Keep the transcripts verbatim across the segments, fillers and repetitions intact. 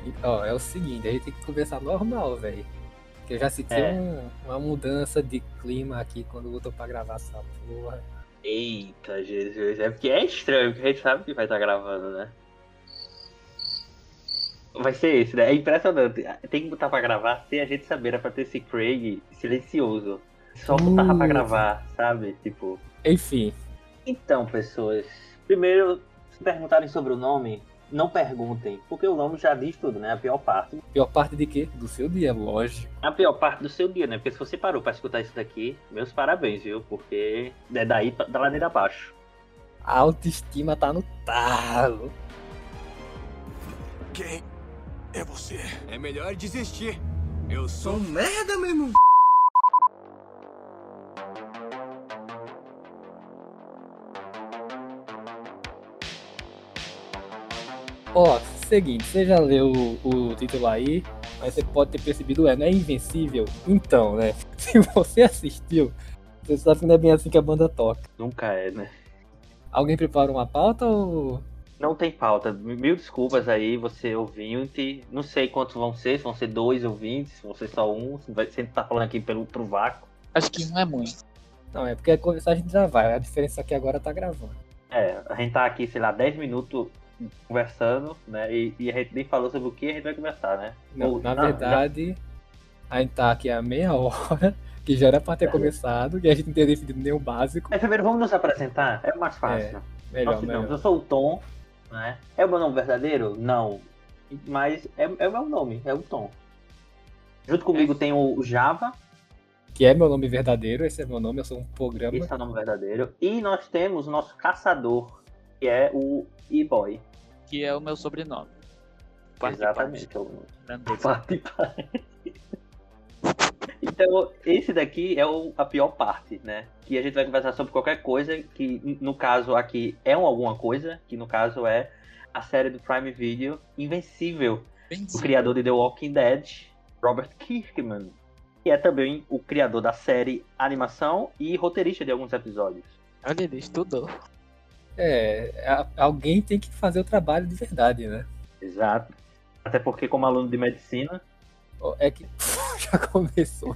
Ó, é o seguinte, a gente tem que conversar normal, velho. Porque eu já senti É. um, uma mudança de clima aqui quando eu tô pra gravar essa porra. Eita, Jesus. É porque é estranho, porque a gente sabe que vai estar gravando, né? Vai ser esse, né? É impressionante. Tem que botar pra gravar sem a gente saber. Era pra ter esse Craig silencioso. Só botava pra Putz. gravar, sabe? Tipo. Enfim, Então, pessoas. Primeiro, se perguntarem sobre o nome, não perguntem. Porque o nome já diz tudo, né? A pior parte. pior parte de quê? Do seu dia, lógico. A pior parte do seu dia, né? Porque se você parou pra escutar isso daqui, meus parabéns, viu? Porque é daí pra- da ladeira abaixo. A autoestima tá no talo. Quem é você? É melhor desistir. Eu sou um merda, meu irmão. Ó, seguinte, você já leu o, o título aí, mas você pode ter percebido, é, não é invencível? Então, né? Se você assistiu, você sabe que não é bem assim que a banda toca. Nunca é, né? Alguém prepara uma pauta ou... Não tem pauta. Mil desculpas aí, você ouvinte. Não sei quantos vão ser, se vão ser dois ouvintes, se vão ser só um. Se vai- Você tá falando aqui pelo, pro vácuo. Acho que não é muito. Não, é porque a conversar a gente já vai, a diferença é que agora tá gravando. É, a gente tá aqui, sei lá, dez minutos conversando, né? E, e a gente nem falou sobre o que a gente vai conversar, né? Não, Ou- na não, verdade, a gente tá aqui há meia hora, que já era pra ter começado, e a gente não tem decidido nem o básico. já- É, primeiro vamos nos apresentar, é o mais fácil. Melhor, Nós ficamos. melhor. Eu sou o Tom, né? É o meu nome verdadeiro? Não. Mas é, é o meu nome, é o Tom. Junto comigo tem o Java, Que é meu nome verdadeiro, esse é meu nome, eu sou um programa. esse é o nome verdadeiro. E nós temos o nosso caçador, que é o E-Boy. Que é o meu sobrenome. Parte Exatamente. é o- parte. Parte parte. Então, esse daqui é o- a pior parte, né? Que a gente vai conversar sobre qualquer coisa, que n- no caso aqui é um alguma coisa, que no caso é a série do Prime Video Invencível, o criador de The Walking Dead, Robert Kirkman, que é também o criador da série animação e roteirista de alguns episódios. Olha, ele estudou. É, a- alguém tem que fazer o trabalho de verdade, né? Exato. Até porque, como aluno de medicina, Ó, É que já começou.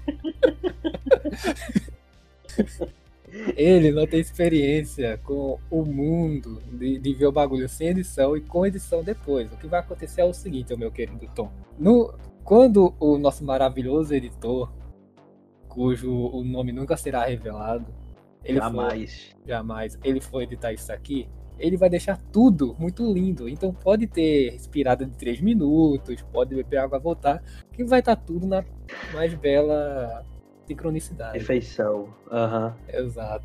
Ele não tem experiência com o mundo de, de ver o bagulho sem edição e com edição depois. O que vai acontecer é o seguinte, meu querido Tom. No, quando o nosso maravilhoso editor, cujo o nome nunca será revelado, ele for- jamais. jamais, ele for editar isso aqui, ele vai deixar tudo muito lindo. Então pode ter respirada de três minutos, pode beber água a voltar, que vai estar tudo na mais bela sincronicidade. Perfeição. Aham. Exato.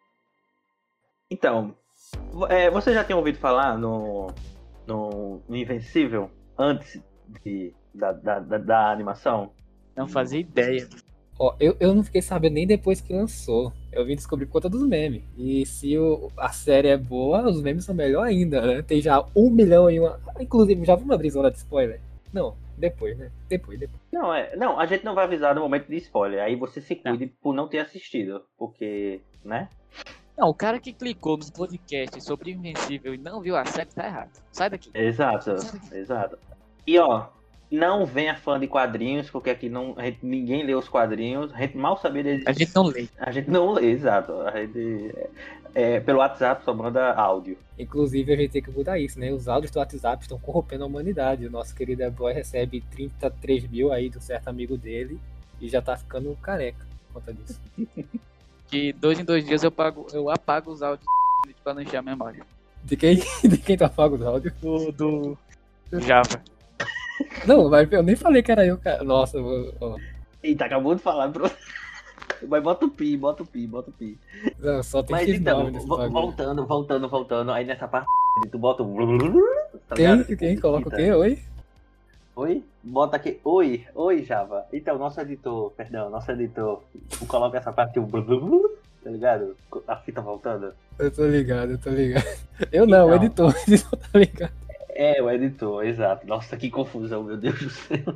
Então, vo- é, você já tinha ouvido falar no, no, no Invencível antes de, da, da, da, da animação? Não fazia ideia. Ó, eu, eu não fiquei sabendo nem depois que lançou. Eu vim descobrir por conta dos memes. E se o- a série é boa, os memes são melhor ainda, né? Tem já um milhão e uma. Inclusive, já vamos abrir zona de spoiler? Não, depois, né? Depois, depois. Não, é, não, a gente não vai avisar no momento de spoiler. Aí você se cuide por não ter assistido. Porque, né? Não, o cara que clicou no podcast sobre Invencível e não viu a série tá errado. Sai daqui. Exato, exato. E ó, não venha fã de quadrinhos, porque aqui não, a gente- ninguém lê os quadrinhos. A gente mal sabia deles. A gente não lê. A gente não lê, exato. A gente, é, é, pelo WhatsApp só manda áudio. Inclusive, a gente tem que mudar isso, né? Os áudios do WhatsApp estão corrompendo a humanidade. O nosso querido E-Boy recebe trinta e três mil aí de um certo amigo dele e já tá ficando careca por conta disso. Que dois em dois dias eu, pago, eu apago os áudios pra não encher a memória. De quem, de quem tu apaga os áudios? Do, do Java. Não, mas eu nem falei que era eu, cara. Nossa, eu vou- ó. Eita, acabou de falar, bro. Mas bota o pi, bota o pi, bota o pi. Não, só tem Mas que então, nome nesse vo- bagulho. voltando, voltando, voltando. Aí nessa parte tu bota o. Tá Quem, ligado? quem coloca o Eita. quê? Oi? Oi? Bota aqui. Oi, oi, Java. Então, nosso editor, perdão, nosso editor, coloca essa parte o. Tá ligado? A fita voltando. Eu tô ligado, eu tô ligado. Eu não, o Então. editor, o editor tá ligado. É, o editor, exato. Nossa, que confusão, meu Deus do céu.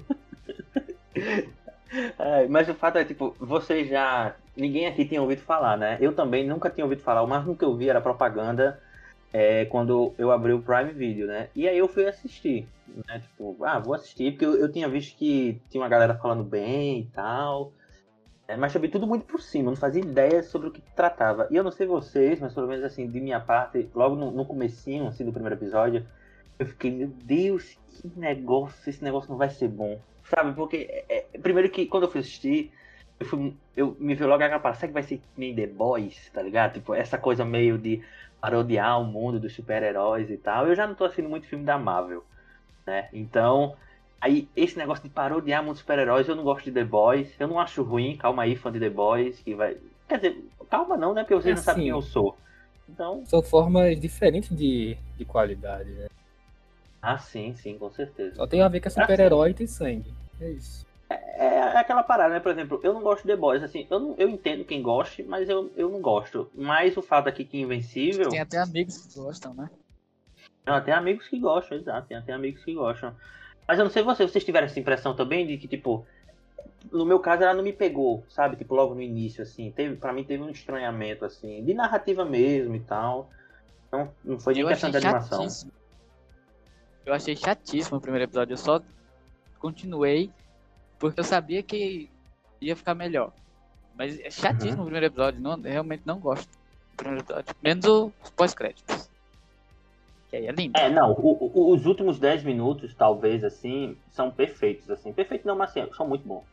Ai, mas o fato é, tipo, você já. Ninguém aqui tinha ouvido falar, né? Eu também nunca tinha ouvido falar. O máximo que eu vi era propaganda é quando eu abri o Prime Video, né? E aí eu fui assistir, né? Tipo, ah, vou assistir, porque eu, eu tinha visto que tinha uma galera falando bem e tal. É, mas também tudo muito por cima, não fazia ideia sobre o que tratava. E eu não sei vocês, mas pelo menos assim, de minha parte, logo no, no comecinho, assim, do primeiro episódio, eu fiquei, meu Deus, que negócio, esse negócio não vai ser bom. Sabe, porque, é, é, primeiro que quando eu fui assistir, eu, fui, eu me vi logo aquela parada, será que vai ser meio The Boys, tá ligado? Tipo, essa coisa meio de parodiar o mundo dos super-heróis e tal. Eu já não tô assistindo muito filme da Marvel, né? Então, aí esse negócio de parodiar muitos super-heróis, eu não gosto de The Boys, eu não acho ruim, calma aí, fã de The Boys, que vai... Quer dizer, calma não, né? Porque vocês É não sabem quem assim. eu sou. Então, São formas diferentes de, de qualidade, né? ah, sim, sim, com certeza. Só tem a ver que é super-herói e tem sangue. É isso. É, é aquela parada, né? Por exemplo, eu não gosto de The Boys, assim, eu, não, eu entendo quem goste, mas eu, eu não gosto. Mas o fato aqui que Invencível... Tem até amigos que gostam, né? Não, tem amigos que gostam, exato, tem até amigos que gostam. Mas eu não sei vocês, vocês tiveram essa impressão também de que, tipo, no meu caso ela não me pegou, sabe? Tipo, logo no início, assim, teve, pra mim teve um estranhamento, assim, de narrativa mesmo e tal. Não, não foi nem Eu questão achei de animação. chatíssimo. Eu achei chatíssimo o primeiro episódio. Eu só continuei porque eu sabia que ia ficar melhor. Mas é chatíssimo Uhum. o primeiro episódio. Não, eu realmente não gosto do primeiro episódio. Menos os pós-créditos. Que aí é lindo. É, não, o- o- os últimos dez minutos, talvez, assim, são perfeitos, assim. Perfeito não, mas assim, são muito bons.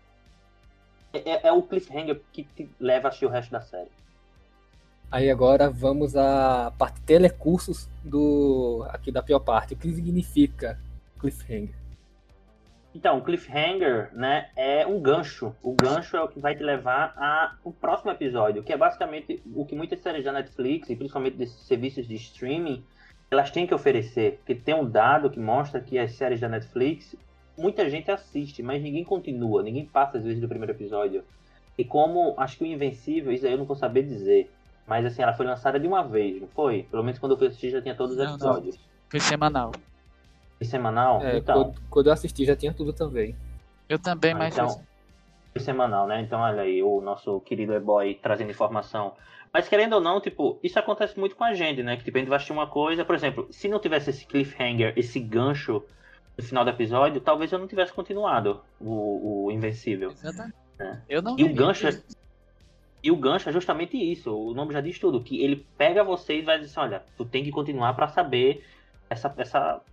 É, é- é o cliffhanger que te leva a assistir o resto da série. Aí agora vamos à parte telecursos do, aqui da pior parte. O que significa cliffhanger? Então, o cliffhanger, né, é um gancho. O gancho é o que vai te levar a o próximo episódio, que é basicamente o que muitas séries da Netflix, e principalmente desses serviços de streaming, elas têm que oferecer. Porque tem um dado que mostra que as séries da Netflix, muita gente assiste, mas ninguém continua, ninguém passa às vezes do primeiro episódio. E como, acho que o Invencível, isso aí eu não vou saber dizer, mas assim, ela foi lançada de uma vez, não foi? Pelo menos quando eu fui assistir já tinha todos os Não, não. episódios. Foi semanal. E semanal? É, Então... quando, quando eu assisti já tinha tudo também. Eu também, Ah, mas então, foi- foi semanal, né? Então, olha aí, o nosso querido E-Boy trazendo informação. Mas querendo ou não, tipo, isso acontece muito com a gente, né? Que tipo, a gente vai assistir uma coisa, por exemplo, se não tivesse esse cliffhanger, esse gancho no final do episódio, talvez eu não tivesse continuado o, o Invencível. Exatamente. É. Eu não E o vi. gancho é, e o gancho é justamente isso, o nome já diz tudo, que ele pega você e vai dizer assim, olha, tu tem que continuar pra saber essa, essa,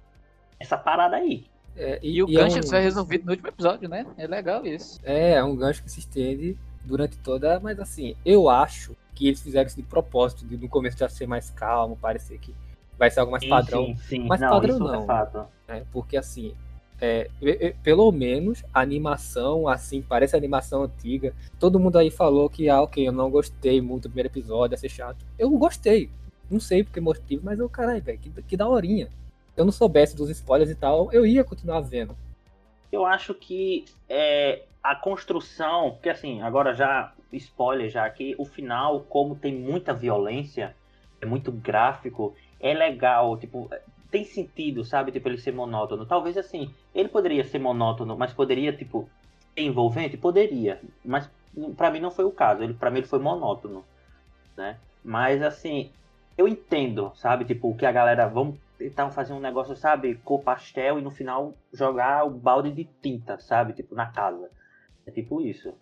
essa parada aí. É, E o e gancho é, um, foi resolvido no último episódio, né? É legal isso. é, é um gancho que se estende durante toda. Mas assim, eu acho que eles fizeram isso de propósito, de no começo já ser mais calmo, parecer que vai ser algo mais Sim, padrão. sim, sim. Mas não, padrão isso não. é fato. Né? Porque assim, é, e- e- pelo menos a animação, assim, parece animação antiga. Todo mundo aí falou que, ah, ok, eu não gostei muito do primeiro episódio, ia ser chato. Eu gostei. Não sei por que motivo, mas eu, caralho, velho, que, que daorinha. Se eu não soubesse dos spoilers e tal, eu ia continuar vendo. Eu acho que é, a construção, porque assim, agora já, spoiler já, que o final, como tem muita violência, é muito gráfico, é legal, tipo, tem sentido, sabe, tipo, ele ser monótono. Talvez assim, ele poderia ser monótono, mas poderia, tipo, ser envolvente? Poderia, mas pra mim não foi o caso, ele, pra mim ele foi monótono, né? Mas assim, eu entendo, sabe, tipo, o que a galera, vamos tentar fazer um negócio, sabe, cor pastel e no final jogar o balde de tinta, sabe, tipo, na casa. É tipo isso.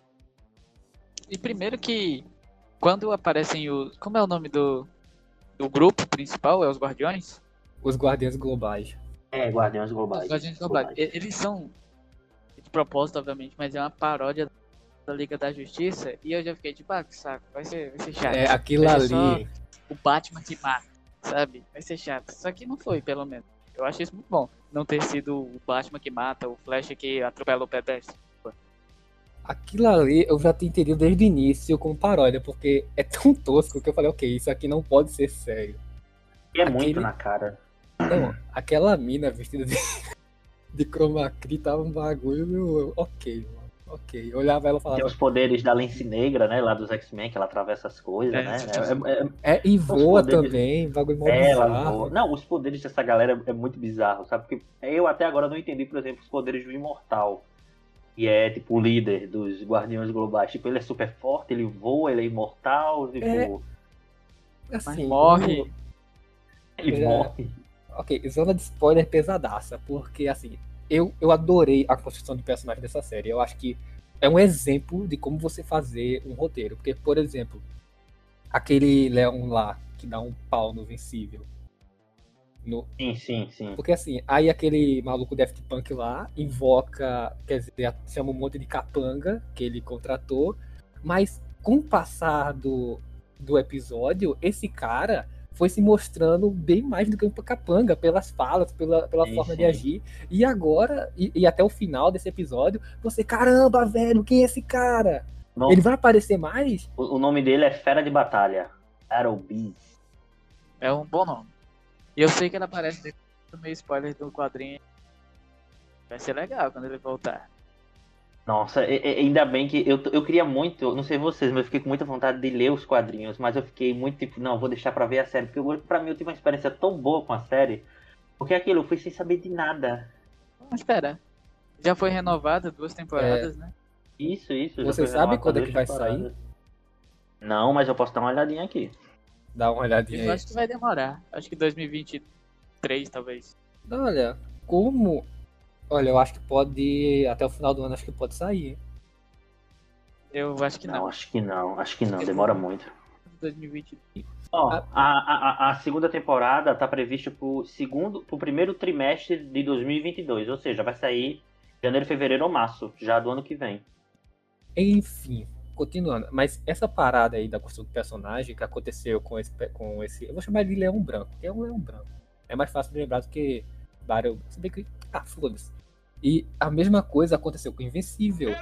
E primeiro que quando aparecem os. Como é o nome do, do grupo principal? É os Guardiões? Os Guardiões Globais. É, Guardiões Globais. Os Guardiões Globais. E- Eles são de propósito, obviamente, mas é uma paródia da Liga da Justiça. E eu já fiquei tipo, ah, que saco, vai ser, vai ser chato. É, aquilo Vai ser só ali. o Batman que mata, sabe? Vai ser chato. Só que não foi, pelo menos. Eu achei isso muito bom. Não ter sido o Batman que mata, o Flash que atropela o pedestre. Aquilo ali eu já tinha entendido desde o início como paródia, porque é tão tosco que eu falei, ok, isso aqui não pode ser sério. E é Aquele- muito na cara. Não, aquela mina vestida de, de chroma key tava um bagulho, meu, ok, mano, ok. Eu olhava ela e Tem falava, os poderes da Lance Negra, né, lá dos X-Men, que ela atravessa as coisas, É, né? sim, É, é, é, e voa poderes- também, bagulho mó é, ela bizarro. voa. Não, os poderes dessa galera é muito bizarro, sabe? Porque eu até agora não entendi, por exemplo, os poderes do Imortal. E é, tipo, o líder dos Guardiões Globais. Tipo, ele é super forte, ele voa, ele é imortal, tipo... É. Mas Assim, morre. eu- Ele Já- morre. Ok, zona de spoiler pesadaça, porque assim, eu, eu adorei a construção de personagem dessa série. Eu acho que é um exemplo de como você fazer um roteiro. Porque, por exemplo, aquele Leão lá que dá um pau no Invencível. No, Sim, sim, sim. porque assim, aí aquele maluco Daft Punk lá invoca, quer dizer, chama um monte de capanga que ele contratou, mas com o passar do, do episódio, esse cara foi se mostrando bem mais do que um capanga, pelas falas, pela, pela Sim, forma de sim. agir. E agora, e, e até o final desse episódio, você, caramba, velho, quem é esse cara? No- Ele vai aparecer mais? O, o nome dele é Fera de Batalha. Battle Beast. É um bom nome. E eu sei que ele aparece no meio spoiler do quadrinho. Vai ser legal quando ele voltar. Nossa, e- e- ainda bem que eu, eu queria muito, não sei vocês, mas eu fiquei com muita vontade de ler os quadrinhos, mas eu fiquei muito tipo, não, vou deixar pra ver a série, porque eu, pra mim eu tive uma experiência tão boa com a série, porque aquilo, eu fui sem saber de nada. Vamos esperar. Já foi renovada duas temporadas, né? Isso, isso. já Você foi sabe renovado pra quando é duas que vai temporadas. Não, mas eu posso dar uma olhadinha aqui. Dá uma olhadinha Eu aí. acho que vai demorar. Acho que dois mil e vinte e três, talvez. Olha, como. Olha, eu acho que pode. Até o final do ano, acho que pode sair, hein? Eu acho que Não, não. acho que não, acho que não, demora muito. dois mil e vinte. Ó, Ah. a, a, a segunda temporada tá prevista pro segundo, pro primeiro trimestre de dois mil e vinte e dois, ou seja, vai sair janeiro, fevereiro ou março, já do ano que vem. Enfim, continuando. Mas essa parada aí da construção do personagem que aconteceu com esse. Com esse eu vou chamar de Leão Branco, que é um Leão Branco. É mais fácil de lembrar do que Battle. Se bem que. Ah, foda-se. E a mesma coisa aconteceu com o Invencível.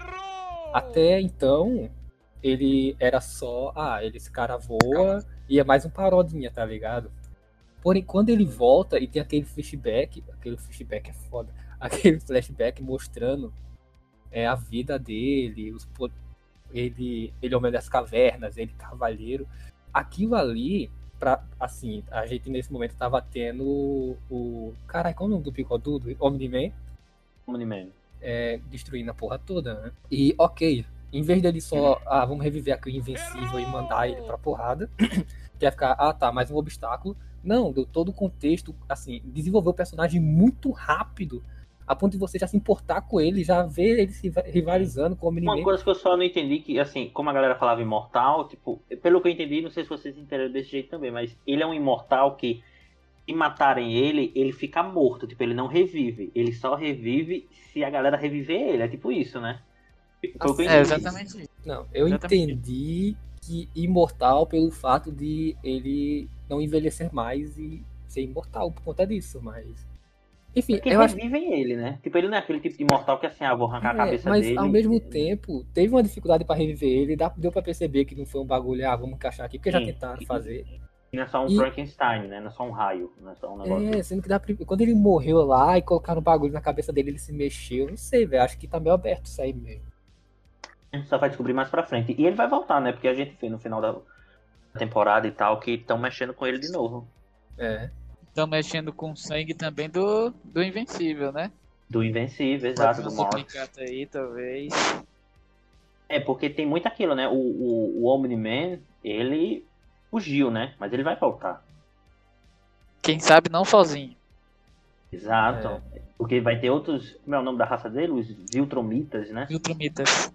Até então, ele era só. Ah, ele, esse cara voa e é mais um parodinha, tá ligado? Porém, quando ele volta e tem aquele flashback, aquele flashback é foda, aquele flashback mostrando é, a vida dele, os, po- ele, ele homem das cavernas, ele cavaleiro. Aquilo ali, pra, assim, a gente nesse momento tava tendo o. o caralho, qual é o nome do bigodudo? Omni-Man Omni-Man. é, destruindo a porra toda, né? E ok, em vez dele só, ah, vamos reviver aqui o Invencível e mandar ele pra porrada, que ia ficar, ah tá, mais um obstáculo. Não, deu todo o contexto, assim, desenvolveu o personagem muito rápido, a ponto de você já se importar com ele, já ver ele se rivalizando com o Uma Omni-Man. coisa que eu só não entendi, que assim, como a galera falava imortal, tipo, pelo que eu entendi, não sei se vocês entenderam desse jeito também, mas ele é um imortal que, se matarem ele, ele fica morto, tipo, ele não revive. Ele só revive se a galera reviver ele, é tipo isso, né? Foi o que eu É, entendi. exatamente isso. Não, eu Exatamente. entendi que imortal pelo fato de ele não envelhecer mais e ser imortal por conta disso, mas... Enfim, Porque eu acho revivem ele, né? Tipo, ele não é aquele tipo de imortal que assim, ah, vou arrancar a É, cabeça mas dele. ao mesmo tempo, teve uma dificuldade pra reviver ele, dá- deu pra perceber que não foi um bagulho, ah, vamos encaixar aqui, porque já Sim. tentaram fazer. Não é só um E- Frankenstein, né? Não é só um raio, não é só um negócio. É, sendo que dá pra... quando ele morreu lá e colocaram o bagulho na cabeça dele, ele se mexeu, não sei, velho, acho que tá meio aberto isso aí mesmo. A gente só vai descobrir mais pra frente. E ele vai voltar, né? Porque a gente vê no final da temporada e tal que estão mexendo com ele de novo. É, Estão mexendo com o sangue também do, do Invencível, né? Do Invencível, Pode exato, ser do um Morph. duplicata aí, talvez. É, porque tem muito aquilo, né? O, o, o Omni-Man, ele fugiu, né? Mas ele vai voltar. Quem sabe não sozinho. Exato. Porque vai ter outros. Como é o nome da raça dele? Os Viltromitas, né? Viltrumitas.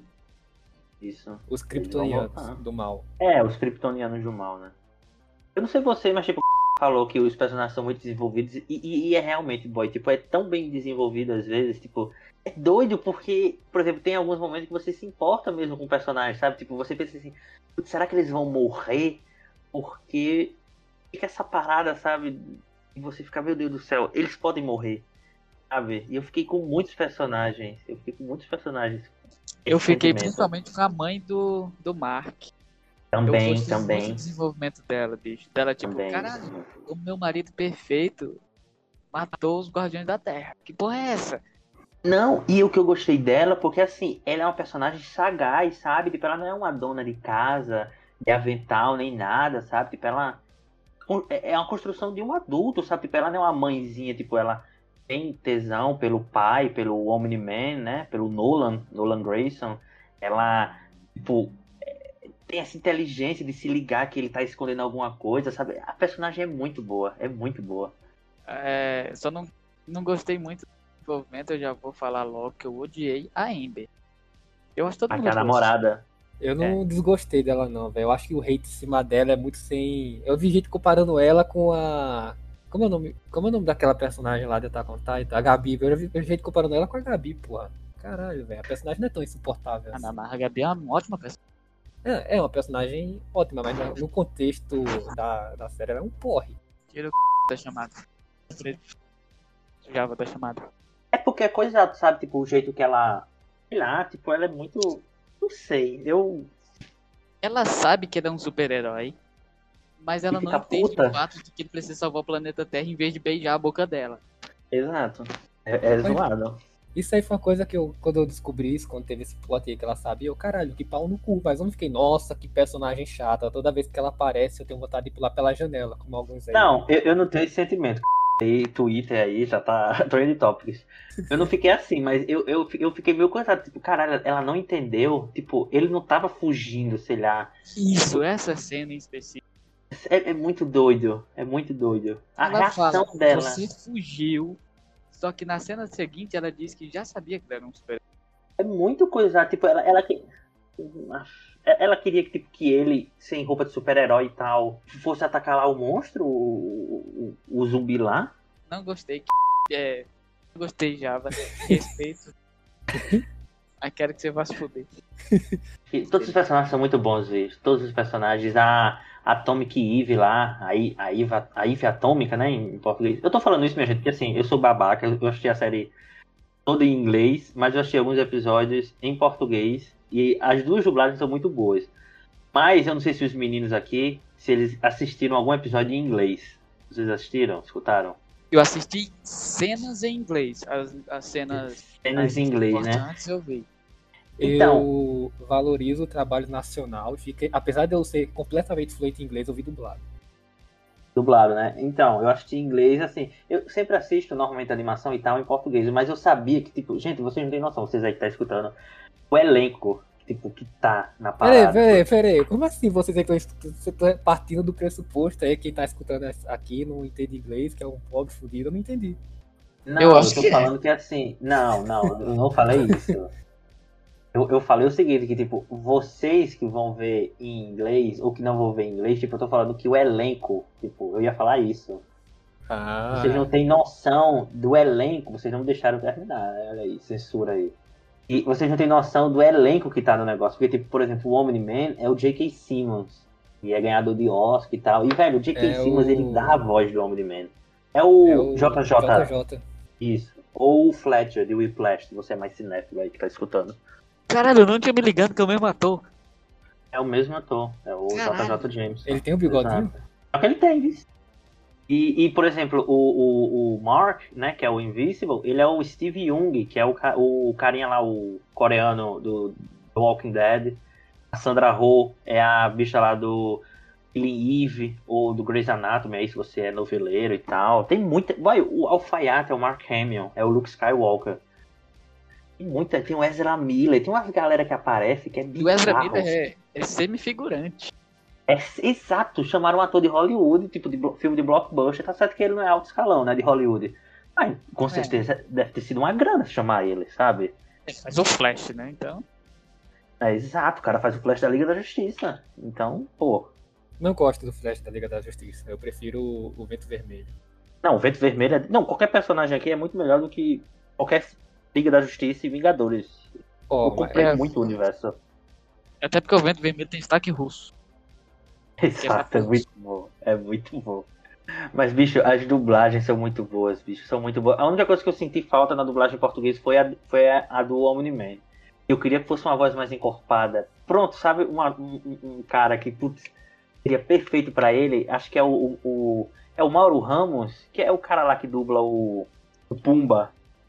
Isso. os vão kryptonianos voltar. do mal. É, os Kryptonianos do mal, né? Eu não sei você, mas tipo, falou que os personagens são muito desenvolvidos. E, e- e é realmente, boy, tipo, é tão bem desenvolvido às vezes, tipo. É doido porque, por exemplo, tem alguns momentos que você se importa mesmo com o personagem, sabe? Tipo, você pensa assim, "Putz, será que eles vão morrer? Porque fica essa parada, sabe? E você fica, meu Deus do céu, eles podem morrer, sabe? E eu fiquei com muitos personagens. Eu fiquei com muitos personagens. Eu Esse fiquei sentimento. principalmente com a mãe do, do Mark. Eu Também, gostei muito também. do desenvolvimento dela, bicho. Dela, tipo, também. caralho, o meu marido perfeito matou os Guardiões da Terra. Que porra é essa? Não, e o que eu gostei dela, porque assim, ela é uma personagem sagaz, sabe? Tipo, ela não é uma dona de casa, de avental, nem nada, sabe? Tipo, ela é é uma construção de um adulto, sabe? Tipo, ela não é uma mãezinha, tipo, ela tem tesão pelo pai, pelo Omni-Man, né? Pelo Nolan, Nolan Grayson. Ela, tipo, é, tem essa inteligência de se ligar que ele tá escondendo alguma coisa, sabe? A personagem é muito boa, é muito boa. É, só não, não gostei muito do desenvolvimento, eu já vou falar logo que eu odiei a Amber. Eu acho que todo mundo Aquela gostou. namorada. Eu não desgostei dela não, velho. Eu acho que o hate em cima dela é muito sem... Eu vi gente comparando ela com a... Como é o nome, Como é o nome daquela personagem lá de Attack on Titan? A Gabi. Eu vi gente comparando ela com a Gabi, porra. Caralho, velho. A personagem não é tão insuportável Ah, assim. não, mas a Gabi é uma ótima pessoa. É, é uma personagem ótima, mas no- no contexto da, da série ela é um porre. Tira o da chamada. Já vou dar chamada. É porque é coisa, sabe, tipo, o jeito que ela... Sei lá, tipo, ela é muito... Não sei, eu... Ela sabe que ele é um super-herói, mas ela fica não entende puta. o fato de que ele precisa salvar o planeta Terra em vez de beijar a boca dela. Exato. É, é Mas- zoado. Isso aí foi uma coisa que eu, quando eu descobri isso, quando teve esse plot aí que ela sabia, eu, caralho, que pau no cu. Mas eu não fiquei, nossa, que personagem chata. Toda vez que ela aparece, eu tenho vontade de pular pela janela, como alguns aí. Não, eu, eu não tenho esse sentimento. Aí, Twitter aí, já tá trending topics. Eu não fiquei assim, mas eu, eu, eu fiquei meio cansado. Tipo, caralho, ela não entendeu. Tipo, ele não tava fugindo, sei lá. Isso, essa cena em específico. É, é muito doido. É muito doido. A Ela reação fala, dela. você fugiu, só que na cena seguinte ela diz que já sabia que ele era um super-herói. É muito coisa. Tipo, ela, ela, que- ela queria que, tipo, que ele, sem roupa de super-herói e tal, fosse atacar lá o monstro, o, o, o zumbi lá. Não gostei, é, não gostei, Java, respeito. Mas quero que você vá se fuder. E todos os personagens são muito bons, bicho. Todos os personagens. A Atomic Eve lá, a, I- a, Eve, a Eve Atômica, né, em português. Eu tô falando isso, minha gente, porque assim, eu sou babaca, eu assisti a série toda em inglês, mas eu assisti alguns episódios em português, e as duas dublagens são muito boas. Mas eu não sei se os meninos aqui, se eles assistiram algum episódio em inglês. Vocês assistiram? Escutaram? Eu assisti cenas em inglês, as, as cenas Cenas em inglês, né? importantes eu vi. Então- Eu valorizo o trabalho nacional. Fiquei, apesar de eu ser completamente fluente em inglês, eu vi dublado. Dublado, né? Então, eu assisti em inglês, assim, eu sempre assisto normalmente animação e tal em português, mas eu sabia que, tipo, gente, vocês não têm noção, vocês aí que tá escutando, o elenco, tipo, que tá na Peraí, parada. peraí, peraí. Como assim vocês aí estão partindo do pressuposto aí, quem tá escutando aqui não entende inglês, que é um pobre fudido, eu não entendi. Não, Eu eu, acho tô que é. falando que assim, não, não, eu não falei isso. Eu, eu falei o seguinte, que tipo, vocês que vão ver em inglês, ou que não vão ver em inglês, tipo, eu tô falando que o elenco, tipo, eu ia falar isso. Ah, Vocês não têm noção do elenco, vocês não me deixaram terminar, né? Olha aí, censura aí. E vocês não têm noção do elenco que tá no negócio, porque, tipo, por exemplo, o Omni-Man é o J K. Simmons, que é ganhador de Oscar e tal. E, velho, o J K. É Simmons, o- ele dá a voz do Omni-Man. É o, é o J J. J J. Isso. Ou o Fletcher, de Whiplash, se você é mais cinéfilo aí que tá escutando. Caralho, eu não tinha me ligado que é o mesmo ator. É o mesmo ator, é o Caralho. J J. Jameson. Ele tem o bigodinho? Exato. Só que ele tem, viu? E, e, por exemplo, o, o, o Mark, né, que é o Invisible, ele é o Steve Young, que é o, ca- o carinha lá, o coreano do, do Walking Dead. A Sandra Oh é a bicha lá do Killing Eve, ou do Grey's Anatomy, aí se você é noveleiro e tal. Tem muita... Vai, o Alfaiate é o Mark Hamill, é o Luke Skywalker. Tem muita... Tem o Ezra Miller, tem umas galera que aparece que é E o Ezra bizarro. Miller é, é semi-figurante. É, exato, chamaram um ator de Hollywood, tipo de blo- filme de blockbuster, tá certo que ele não é alto escalão, né, de Hollywood. Mas com É. certeza deve ter sido uma grana chamar ele, sabe? É, mas o Flash, né? Então. É exato, o cara faz o Flash da Liga da Justiça. Então, pô. Não gosto do Flash da Liga da Justiça. Eu prefiro o, o Vento Vermelho. Não, o Vento Vermelho é... Não, qualquer personagem aqui é muito melhor do que qualquer Liga da Justiça e Vingadores. Ó, Eu mas- comprei é- muito o universo. Até porque o Vento Vermelho tem destaque russo. Exato, é muito bom. É muito bom. Mas, bicho, as dublagens são muito boas, bicho. São muito boas. A única coisa que eu senti falta na dublagem em português foi a, foi a, a do Omni-Man. Eu queria que fosse uma voz mais encorpada. Pronto, sabe? Uma- um, um- um cara que, putz, seria perfeito pra ele. Acho que é o, o, o- é o Mauro Ramos, que é o cara lá que dubla o, o Pumba.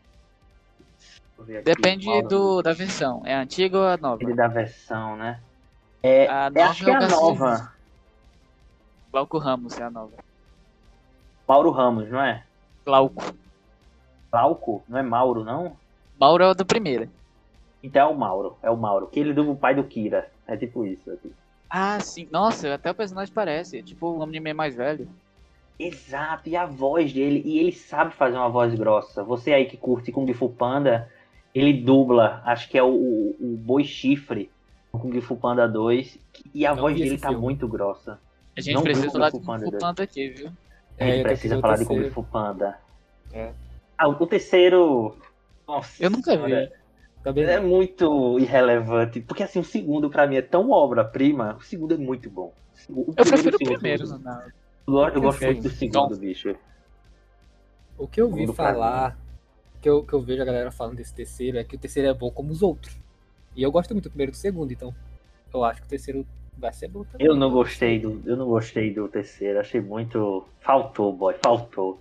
Deixa eu ver aqui, Depende Mauro do, da versão. É a antiga ou a nova? Ele da versão, né? É, A é, nova acho que é é o a Garcia nova. Lins. Glauco Ramos é a nova. Mauro Ramos, não é? Glauco. Glauco? Não é Mauro, não? Mauro é o da primeira. Então é o Mauro, é o Mauro. Que ele dubla o pai do Kira. É tipo isso aqui. Ah, sim. Nossa, até o personagem parece. Tipo um Omni-Man mais velho. Exato, e a voz dele, e ele sabe fazer uma voz grossa. Você aí que curte Kung Fu Panda, ele dubla, acho que é o, o, o Boi Chifre, no Kung Fu Panda dois, e a Não voz vi dele esse tá filme. muito grossa. A gente Não viu precisa Kung falar Fu de Panda Kung Fu dois? Panda aqui, viu? A É, gente eu tenho que precisa ver o falar de Kung terceiro. Fu Panda. É, Ah, o, o terceiro, nossa Eu nunca senhora, vi. também é não. muito irrelevante, porque assim, o segundo pra mim é tão obra-prima, o segundo é muito bom. O Eu primeiro e o prefiro o segundo primeiro, são- não. Eu gosto, eu Porque, gosto muito assim, do segundo, bicho. O que eu vi Segundo pra mim. falar, que eu, que eu vejo a galera falando desse terceiro, é que o terceiro é bom como os outros. E eu gosto muito do primeiro e do segundo, então eu acho que o terceiro vai ser bom também. Eu não eu gostei sei. do, eu não gostei do terceiro, achei muito, faltou, boy, faltou.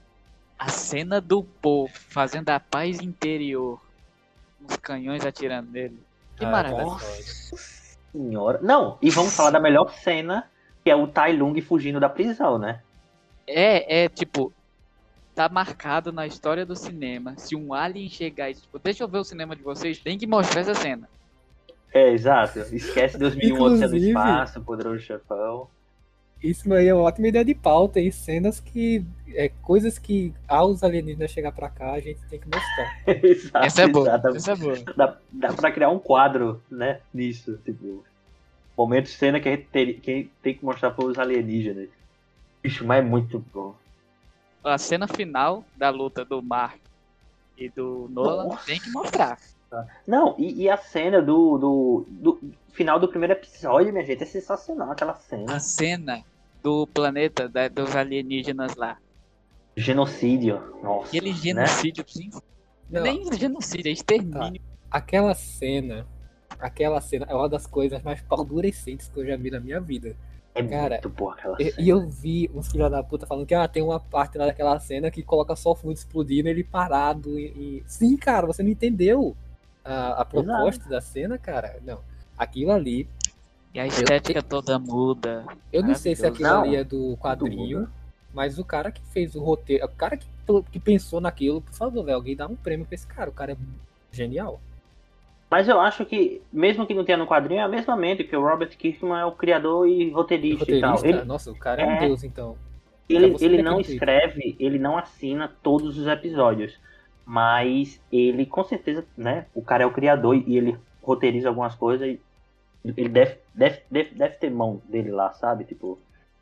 A cena do povo fazendo a paz interior. Os canhões atirando nele. Que Ah, maravilha. Nossa senhora. Não, e vamos falar da melhor cena, que é o Tai Lung fugindo da prisão, né? É, é tipo, tá marcado na história do cinema. Se um alien chegar e tipo, deixa eu ver o cinema de vocês, tem que mostrar essa cena. É, exato. Esquece dois mil e um Odisseia do Inclusive- Espaço, Poderoso Chefão. Isso aí é uma ótima ideia de pauta e cenas que. É, coisas que aos alienígenas chegar pra cá a gente tem que mostrar. Exato, Essa é boa. exato. Essa é boa. Dá, dá pra criar um quadro, né, nisso, tipo... Momento de cena que a gente tem que, tem que mostrar pros alienígenas. Bicho, mas é muito bom. A cena final da luta do Mark e do Nolan Nossa. tem que mostrar. Não, e, e a cena do, do, do final do primeiro episódio, minha gente, é sensacional aquela cena. A cena do planeta da- dos alienígenas lá. Genocídio, nossa. Aquele né? genocídio, sim. Não, Nem genocídio, é extermínio. aquela cena. Aquela cena é uma das coisas mais paldurecentes que eu já vi na minha vida. É Cara, muito boa aquela E, cena. e eu vi uns filhos da puta falando que ah, tem uma parte lá daquela cena que coloca só o fundo explodindo ele parado. E, e- Sim, cara, você não entendeu a, a proposta da cena, cara? Não. Aquilo ali, E a estética toda muda. eu não sei se aquilo Não, ali é do quadrinho, muda. mas o cara que fez o roteiro, o cara que, que pensou naquilo, por favor, velho, alguém dá um prêmio pra esse cara, o cara é genial. Mas eu acho que, mesmo que não tenha no quadrinho, é a mesma mente, que o Robert Kirkman é o criador e E roteirista, roteirista, e tal. Ele, nossa, o cara é um é- deus, então. ele, Então você ele vê não aquele tweet. escreve, ele não assina todos os episódios. Mas ele, com certeza, né? O cara é o criador e ele roteiriza algumas coisas e ele deve, deve, deve, deve ter mão dele lá, sabe? Tipo,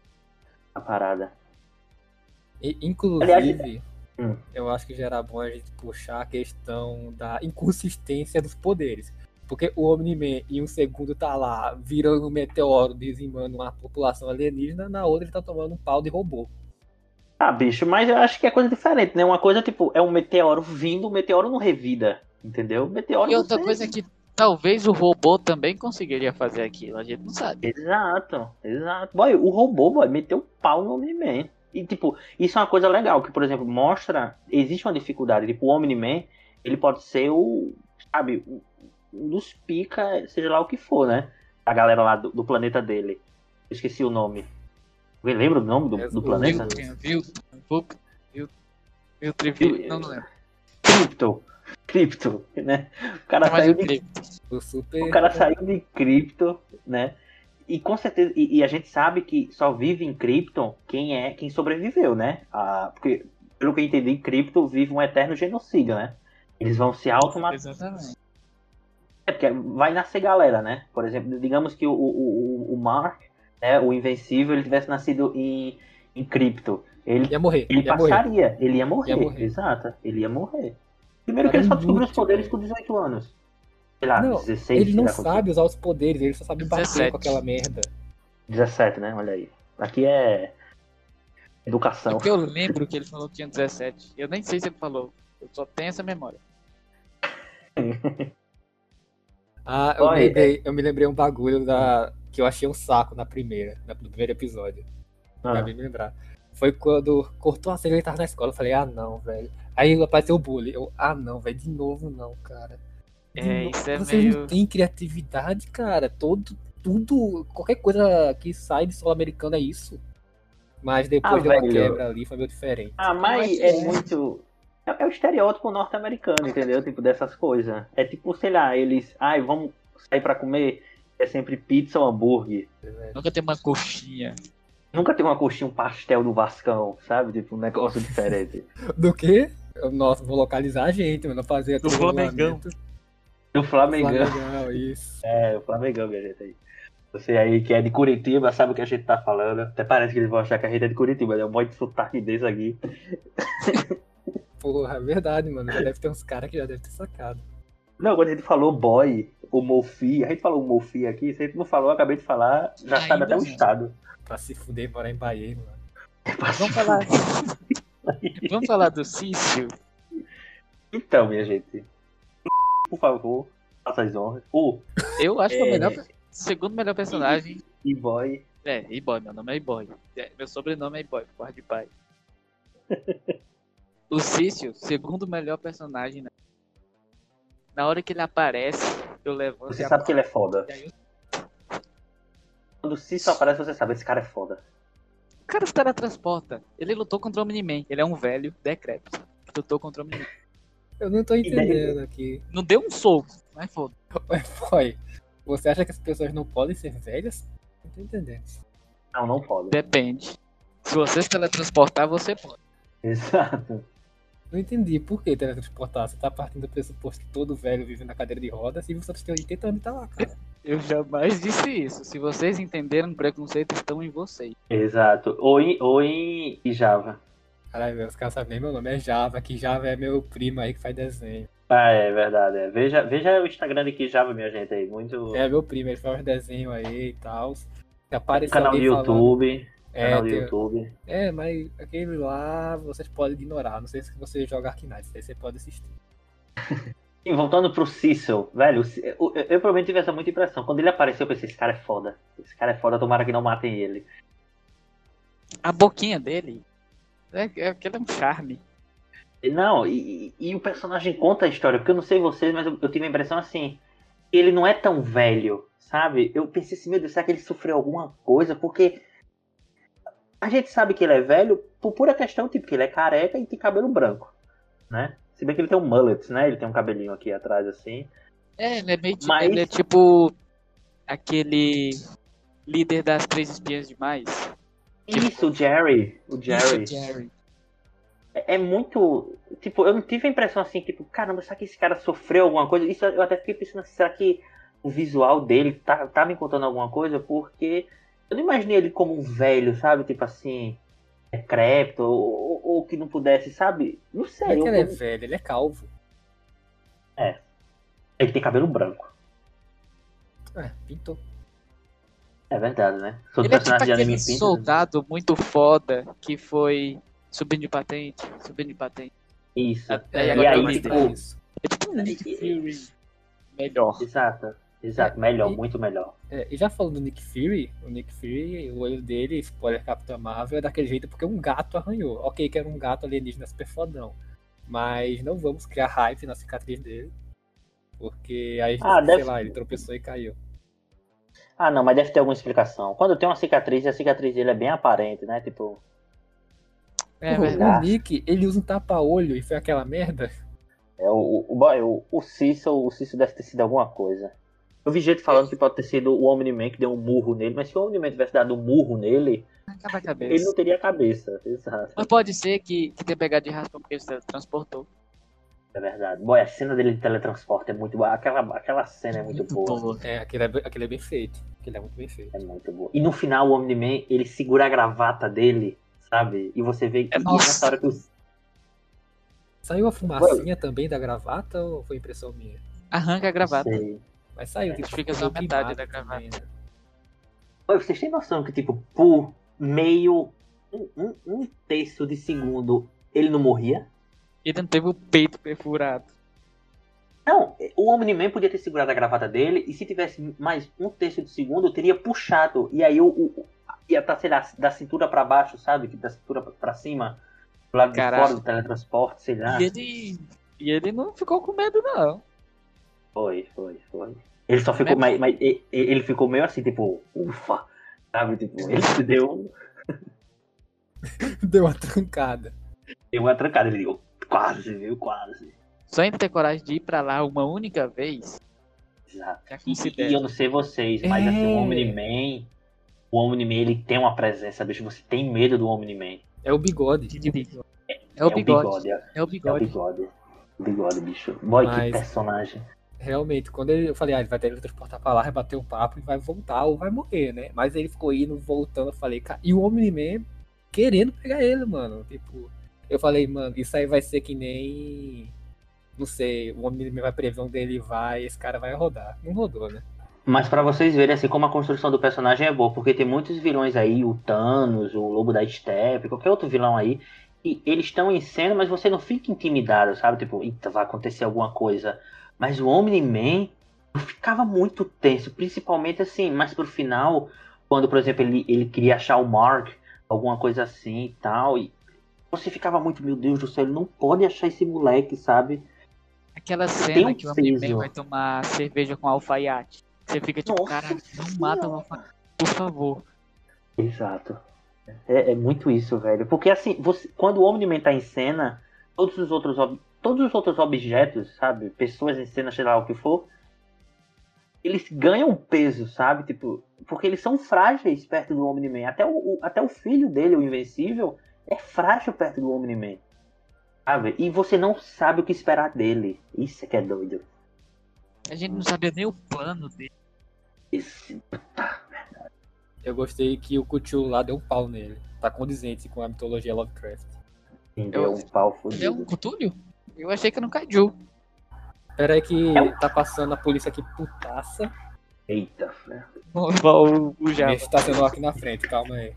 a parada. E, inclusive, Aliás, hum. eu acho que já era bom a gente puxar a questão da inconsistência dos poderes. Porque o Omni-Man em um segundo tá lá virando um meteoro, dizimando uma população alienígena, na outra ele tá tomando um pau de robô. Ah, bicho, mas eu acho que é coisa diferente, né? Uma coisa, tipo, é um meteoro vindo, o meteoro não revida, entendeu? O meteoro E outra você- coisa é que talvez o robô também conseguiria fazer aquilo, a gente não sabe. Exato, exato. Boy, o robô, boy, meteu o pau no Omni-Man. E, tipo, isso é uma coisa legal, que, por exemplo, mostra... Existe uma dificuldade. Tipo, o Omni-Man, ele pode ser o... Sabe, um dos pica, seja lá o que for, né? A galera lá do, do planeta dele. Eu esqueci o nome. Alguém lembra o nome do, É do o- planeta? Viu, viu, viu, viu, viu, Trivi- não, não lembro. Crypto. Crypto, né? O cara Mas saiu o de Cripto. O super. O cara saiu de Krypton, né? E com certeza, e, e a gente sabe que só vive em Krypton quem é quem sobreviveu, né? Ah, porque, pelo que eu entendi, Krypton vive um eterno genocídio, né? Eles vão se automatar. Exatamente. É porque vai nascer galera, né? Por exemplo, digamos que o, o, o, o Mark, né, o Invencível, ele tivesse nascido em, em Krypton. Ele, Ia morrer. ele ia morrer. passaria, ele ia morrer, Ia morrer. exato. Ele ia morrer. Primeiro que Cara, ele só descobriu os muito, poderes velho. com dezoito anos. Sei lá, Não, dezesseis, ele não sei lá quanto- sabe usar os poderes, ele só sabe bater dezessete. com aquela merda. dezessete, né? Olha aí. Aqui é educação. Porque eu lembro que ele falou que tinha dezessete. Eu nem sei se ele falou. Eu só tenho essa memória. Ah, eu, Olha, lembrei, eu me lembrei um bagulho da, que eu achei um saco na primeira, na- no primeiro episódio. Ah, Acabei de me lembrar. Foi quando cortou a cena e ele tava na escola. Eu falei, ah não, velho. Aí apareceu o bullying. Eu, ah não, velho, de novo não, cara. De É, novo. isso é Vocês meio- não têm criatividade, cara. Todo, tudo, qualquer coisa que sai de solo americano é isso. Mas depois Ah, deu uma velho. quebra ali, foi meio diferente. Ah, mas acho é que é. muito. É, é o estereótipo norte-americano, entendeu? Tipo, dessas coisas. É tipo, sei lá, eles. Ai, vamos sair pra comer. É sempre pizza ou hambúrguer. Nunca tem uma coxinha. Nunca tem uma coxinha, um pastel do Vascão, sabe? Tipo, um negócio diferente. Do quê? Nossa, vou localizar a gente, mano. Fazer Do todo o Flamengão. regulamento. Do Flamengão. Flamengão, isso. É, o Flamengão, minha gente aí. Você aí que é de Curitiba sabe o que a gente tá falando. Até parece que eles vão achar que a gente é de Curitiba, né? Um monte de sotaque desse aqui. Porra, é verdade, mano. Já deve ter uns caras que já devem ter sacado. Não, quando a gente falou boy, o Mofi, a gente falou Mofi aqui, se a gente não falou, eu acabei de falar, já Ainda sabe até o não. estado. Pra se fuder e morar em Bahia, mano. Vamos falar. Vamos falar do Cício. Então, minha gente, por favor, faça as honras. O Eu acho que é o É. melhor, segundo melhor personagem. E-Boy. É, E-Boy, meu nome é E-Boy. É, meu sobrenome é E-Boy, por causa de pai. O Cício, segundo melhor personagem. Né? Na hora que ele aparece, eu levanto Você e sabe que ele é foda. E aí eu- Quando o Cício aparece, você sabe, esse cara é foda. O cara se teletransporta. Ele lutou contra o Omni-Man. Ele é um velho decrépito. Que lutou contra o Omni-Man. Eu não tô entendendo aqui. Não deu um soco, mas foda. Foi. Você acha que as pessoas não podem ser velhas? Não tô entendendo. Não, não pode. Depende. Se você se teletransportar, você pode. Exato. Não entendi por que teletransportar. Você tá partindo do pressuposto que todo velho vive na cadeira de rodas e você tem oitenta anos e tá lá, cara. Eu jamais disse isso. Se vocês entenderam, preconceito estão em vocês. Exato. Ou em, ou em Java. Caralho, velho, os caras sabem nem meu nome. É Java, que Java é meu primo aí que faz desenho. Ah, é verdade. É. Veja, veja o Instagram de Kijava, minha gente aí. Muito. É meu primo, ele faz desenho aí e tal. Se aparecer Canal do alguém falando- YouTube. É, Canal do tem- YouTube. É, mas aquele lá vocês podem ignorar. Não sei se você joga Arknight, aí você pode assistir. E voltando pro Cecil, velho, o Ce- eu, eu, eu provavelmente tive essa muita impressão. Quando ele apareceu, eu pensei, esse cara é foda. Esse cara é foda, tomara que não matem ele. A boquinha dele é, é aquele é um charme. E Não, e, e- e o personagem conta a história, porque eu não sei vocês, mas eu, eu tive a impressão assim, ele não é tão velho, sabe? Eu pensei assim, meu Deus, será que ele sofreu alguma coisa? Porque a gente sabe que ele é velho por pura questão, tipo, que ele é careca e tem cabelo branco, né? Se bem que ele tem um mullet, né? Ele tem um cabelinho aqui atrás, assim. É, ele é meio tipo, Mas- ele é tipo aquele líder das três espiãs demais. Isso, o Jerry. O Jerry. Isso, Jerry. É, é muito. Tipo, eu não tive a impressão assim, tipo, caramba, será que esse cara sofreu alguma coisa? Isso eu até fiquei pensando assim, será que o visual dele tá, tá me contando alguma coisa? Porque eu não imaginei ele como um velho, sabe? Tipo assim, decrépito, ou, ou, ou que não pudesse, sabe? Não Não sei. é que eu- ele é velho, ele é calvo. Ele tem cabelo branco. É, pintou. É verdade, né? Todo Ele é tipo personagem de aquele anime pinta. soldado muito foda que foi subindo de patente, subindo de patente. Isso. Até e agora aí, ele tipo. pra isso. É tipo um Nick Fury melhor. Exato. Exato, melhor, e- muito melhor. É, e já falando do Nick Fury, o Nick Fury, o olho dele, spoiler Capitão Marvel, é daquele jeito porque um gato arranhou. Ok, que era um gato alienígena super fodão. Mas não vamos criar hype na cicatriz dele. Porque aí, Ah, sei deve- lá, ele tropeçou e caiu. Ah, não, mas deve ter alguma explicação. Quando tem uma cicatriz, a cicatriz dele é bem aparente, né? Tipo. É o, verdade. o Nick, ele usa um tapa-olho e foi aquela merda. É, o, o, boy, o, o Cecil, o Cecil deve ter sido alguma coisa. Eu vi gente falando que pode ter sido o Omni-Man que deu um murro nele, mas se o Omni-Man tivesse dado um murro nele, Acaba a ele cabeça. não teria cabeça. Exato. Mas pode ser que, que tenha pegado de raspão porque ele se transportou. É verdade. Boy, a cena dele de teletransporte é muito boa. Aquela, aquela cena é muito, boa. É, aquele é, be- aquele é bem feito. Aquele é muito bem feito. É muito boa. E no final o Omni-Man, ele segura a gravata dele, sabe? E você vê que É, e nossa. nessa hora que os. Saiu a fumacinha também da gravata ou foi impressão minha? Arranca a gravata. Sei. Mas saiu, É, tipo, fica ficou só metade queimado da gravata. também, né? Boy, vocês têm noção que, tipo, por meio. Um, um, um terço de segundo ele não morria? Ele não teve o peito perfurado. Não, o Omni-Man podia ter segurado a gravata dele e se tivesse mais um terço de segundo, teria puxado. E aí o, o ia estar, sei lá, da cintura pra baixo, sabe? Da cintura pra cima, do lado Caraca. de fora do teletransporte, sei lá. E ele. E ele não ficou com medo, não. Foi, foi, foi. Ele só ficou, Né? mas, mas e- e- ele ficou meio assim, tipo, ufa, sabe? Tipo, ele se deu, Deu uma trancada. deu uma trancada, ele deu quase, viu? Quase. Só em ter coragem de ir pra lá uma única vez. Exato. Já E, considero. e eu não sei vocês, mas É. assim, o Omni-Man, o Omni-Man, ele tem uma presença, bicho, você tem medo do Omni-Man. É o bigode. É o bigode. É, É o é o bigode. bigode. O bigode, bicho. Boy, que Mas- personagem. Realmente, quando ele, eu falei, ah, ele vai teletransportar pra lá, vai bater um papo e vai voltar ou vai morrer, né? Mas ele ficou indo, voltando, eu falei, cara, e o Omni-Man querendo pegar ele, mano. Tipo, eu falei, mano, isso aí vai ser que nem. Não sei, o Omni-Man vai prever onde ele vai, esse cara vai rodar. Não rodou, né? Mas pra vocês verem assim como a construção do personagem é boa, porque tem muitos vilões aí, o Thanos, o Lobo da Steppe, qualquer outro vilão aí, e eles estão em cena, mas você não fica intimidado, sabe? Tipo, eita, vai acontecer alguma coisa. Mas o Omni-Man, eu ficava muito tenso, principalmente assim, mais pro final, quando, por exemplo, ele, ele queria achar o Mark, alguma coisa assim e tal, e você ficava muito, meu Deus do céu, ele não pode achar esse moleque, sabe? Aquela Tem cena um que o Omni-Man peso. vai tomar cerveja com alfaiate. Você fica tipo, Nossa cara, não mata o alfaiate, por favor. Exato. É, é muito isso, velho. Porque assim, você, quando o Omni-Man tá em cena, todos os outros ob- todos os outros objetos, sabe? Pessoas em cena, sei lá o que for, eles ganham peso, sabe? Tipo, porque eles são frágeis perto do Omni-Man. Até o, o- até o filho dele, o Invencível, é frágil perto do Omni-Man. Sabe? E você não sabe o que esperar dele. Isso é que é doido. A gente não sabia nem o plano dele. Esse... Eu gostei que o Cthulhu lá deu um pau nele. Tá condizente com a mitologia Lovecraft. Entendeu? Eu- Um pau Ele é um fudido. Cthulhu? Eu achei que era um Kaiju. Pera aí que É um- tá passando a polícia aqui putaça. Eita, velho. O, o Java. Me estacionou aqui na frente, calma aí.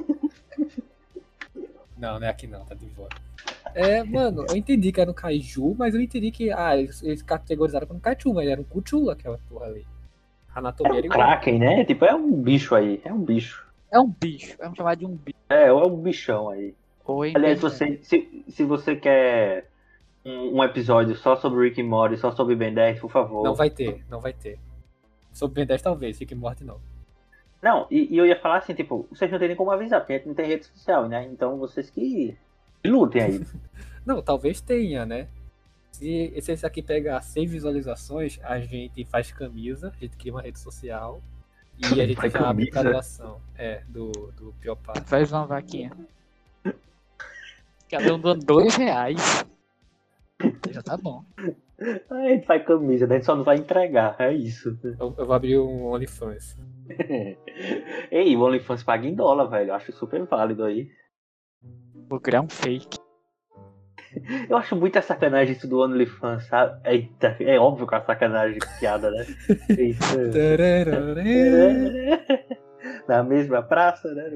Não, não é aqui não, tá de volta. É, mano, eu entendi que era um Kaiju, mas eu entendi que, ah, eles, eles categorizaram como Kaiju, mas era um Cthulhu aquela porra ali. A anatomia É era um igual. Kraken, né? Tipo, é um bicho aí. É um bicho. É um bicho. Vamos chamar de um bicho. É, é um bichão aí. Oi, Aliás, você, se, se você quer um, um episódio só sobre Rick e Morty, só sobre Ben dez, por favor. Não vai ter, não vai ter. Sobre Ben dez talvez, fique morte não. Não, e, e eu ia falar assim, tipo, vocês não tem nem como avisar, porque a gente não tem rede social, né? Então vocês que lutem aí. Não, talvez tenha, né? Se, se esse aqui pegar cem visualizações, a gente faz camisa, a gente cria uma rede social e a gente Faz já abre camisa? pra doação. É, do, do pior parte. Faz uma vaquinha. Cada um dando dois reais. Já tá bom. A gente faz camisa, né? A gente só não vai entregar, é isso. Eu, eu vou abrir um OnlyFans. Ei, o OnlyFans paga em dólar, velho. Eu acho super válido aí. Vou criar um fake. Eu acho muita sacanagem isso do OnlyFans, sabe? Eita, é óbvio que é uma sacanagem piada, né? Eita. Na mesma praça, né?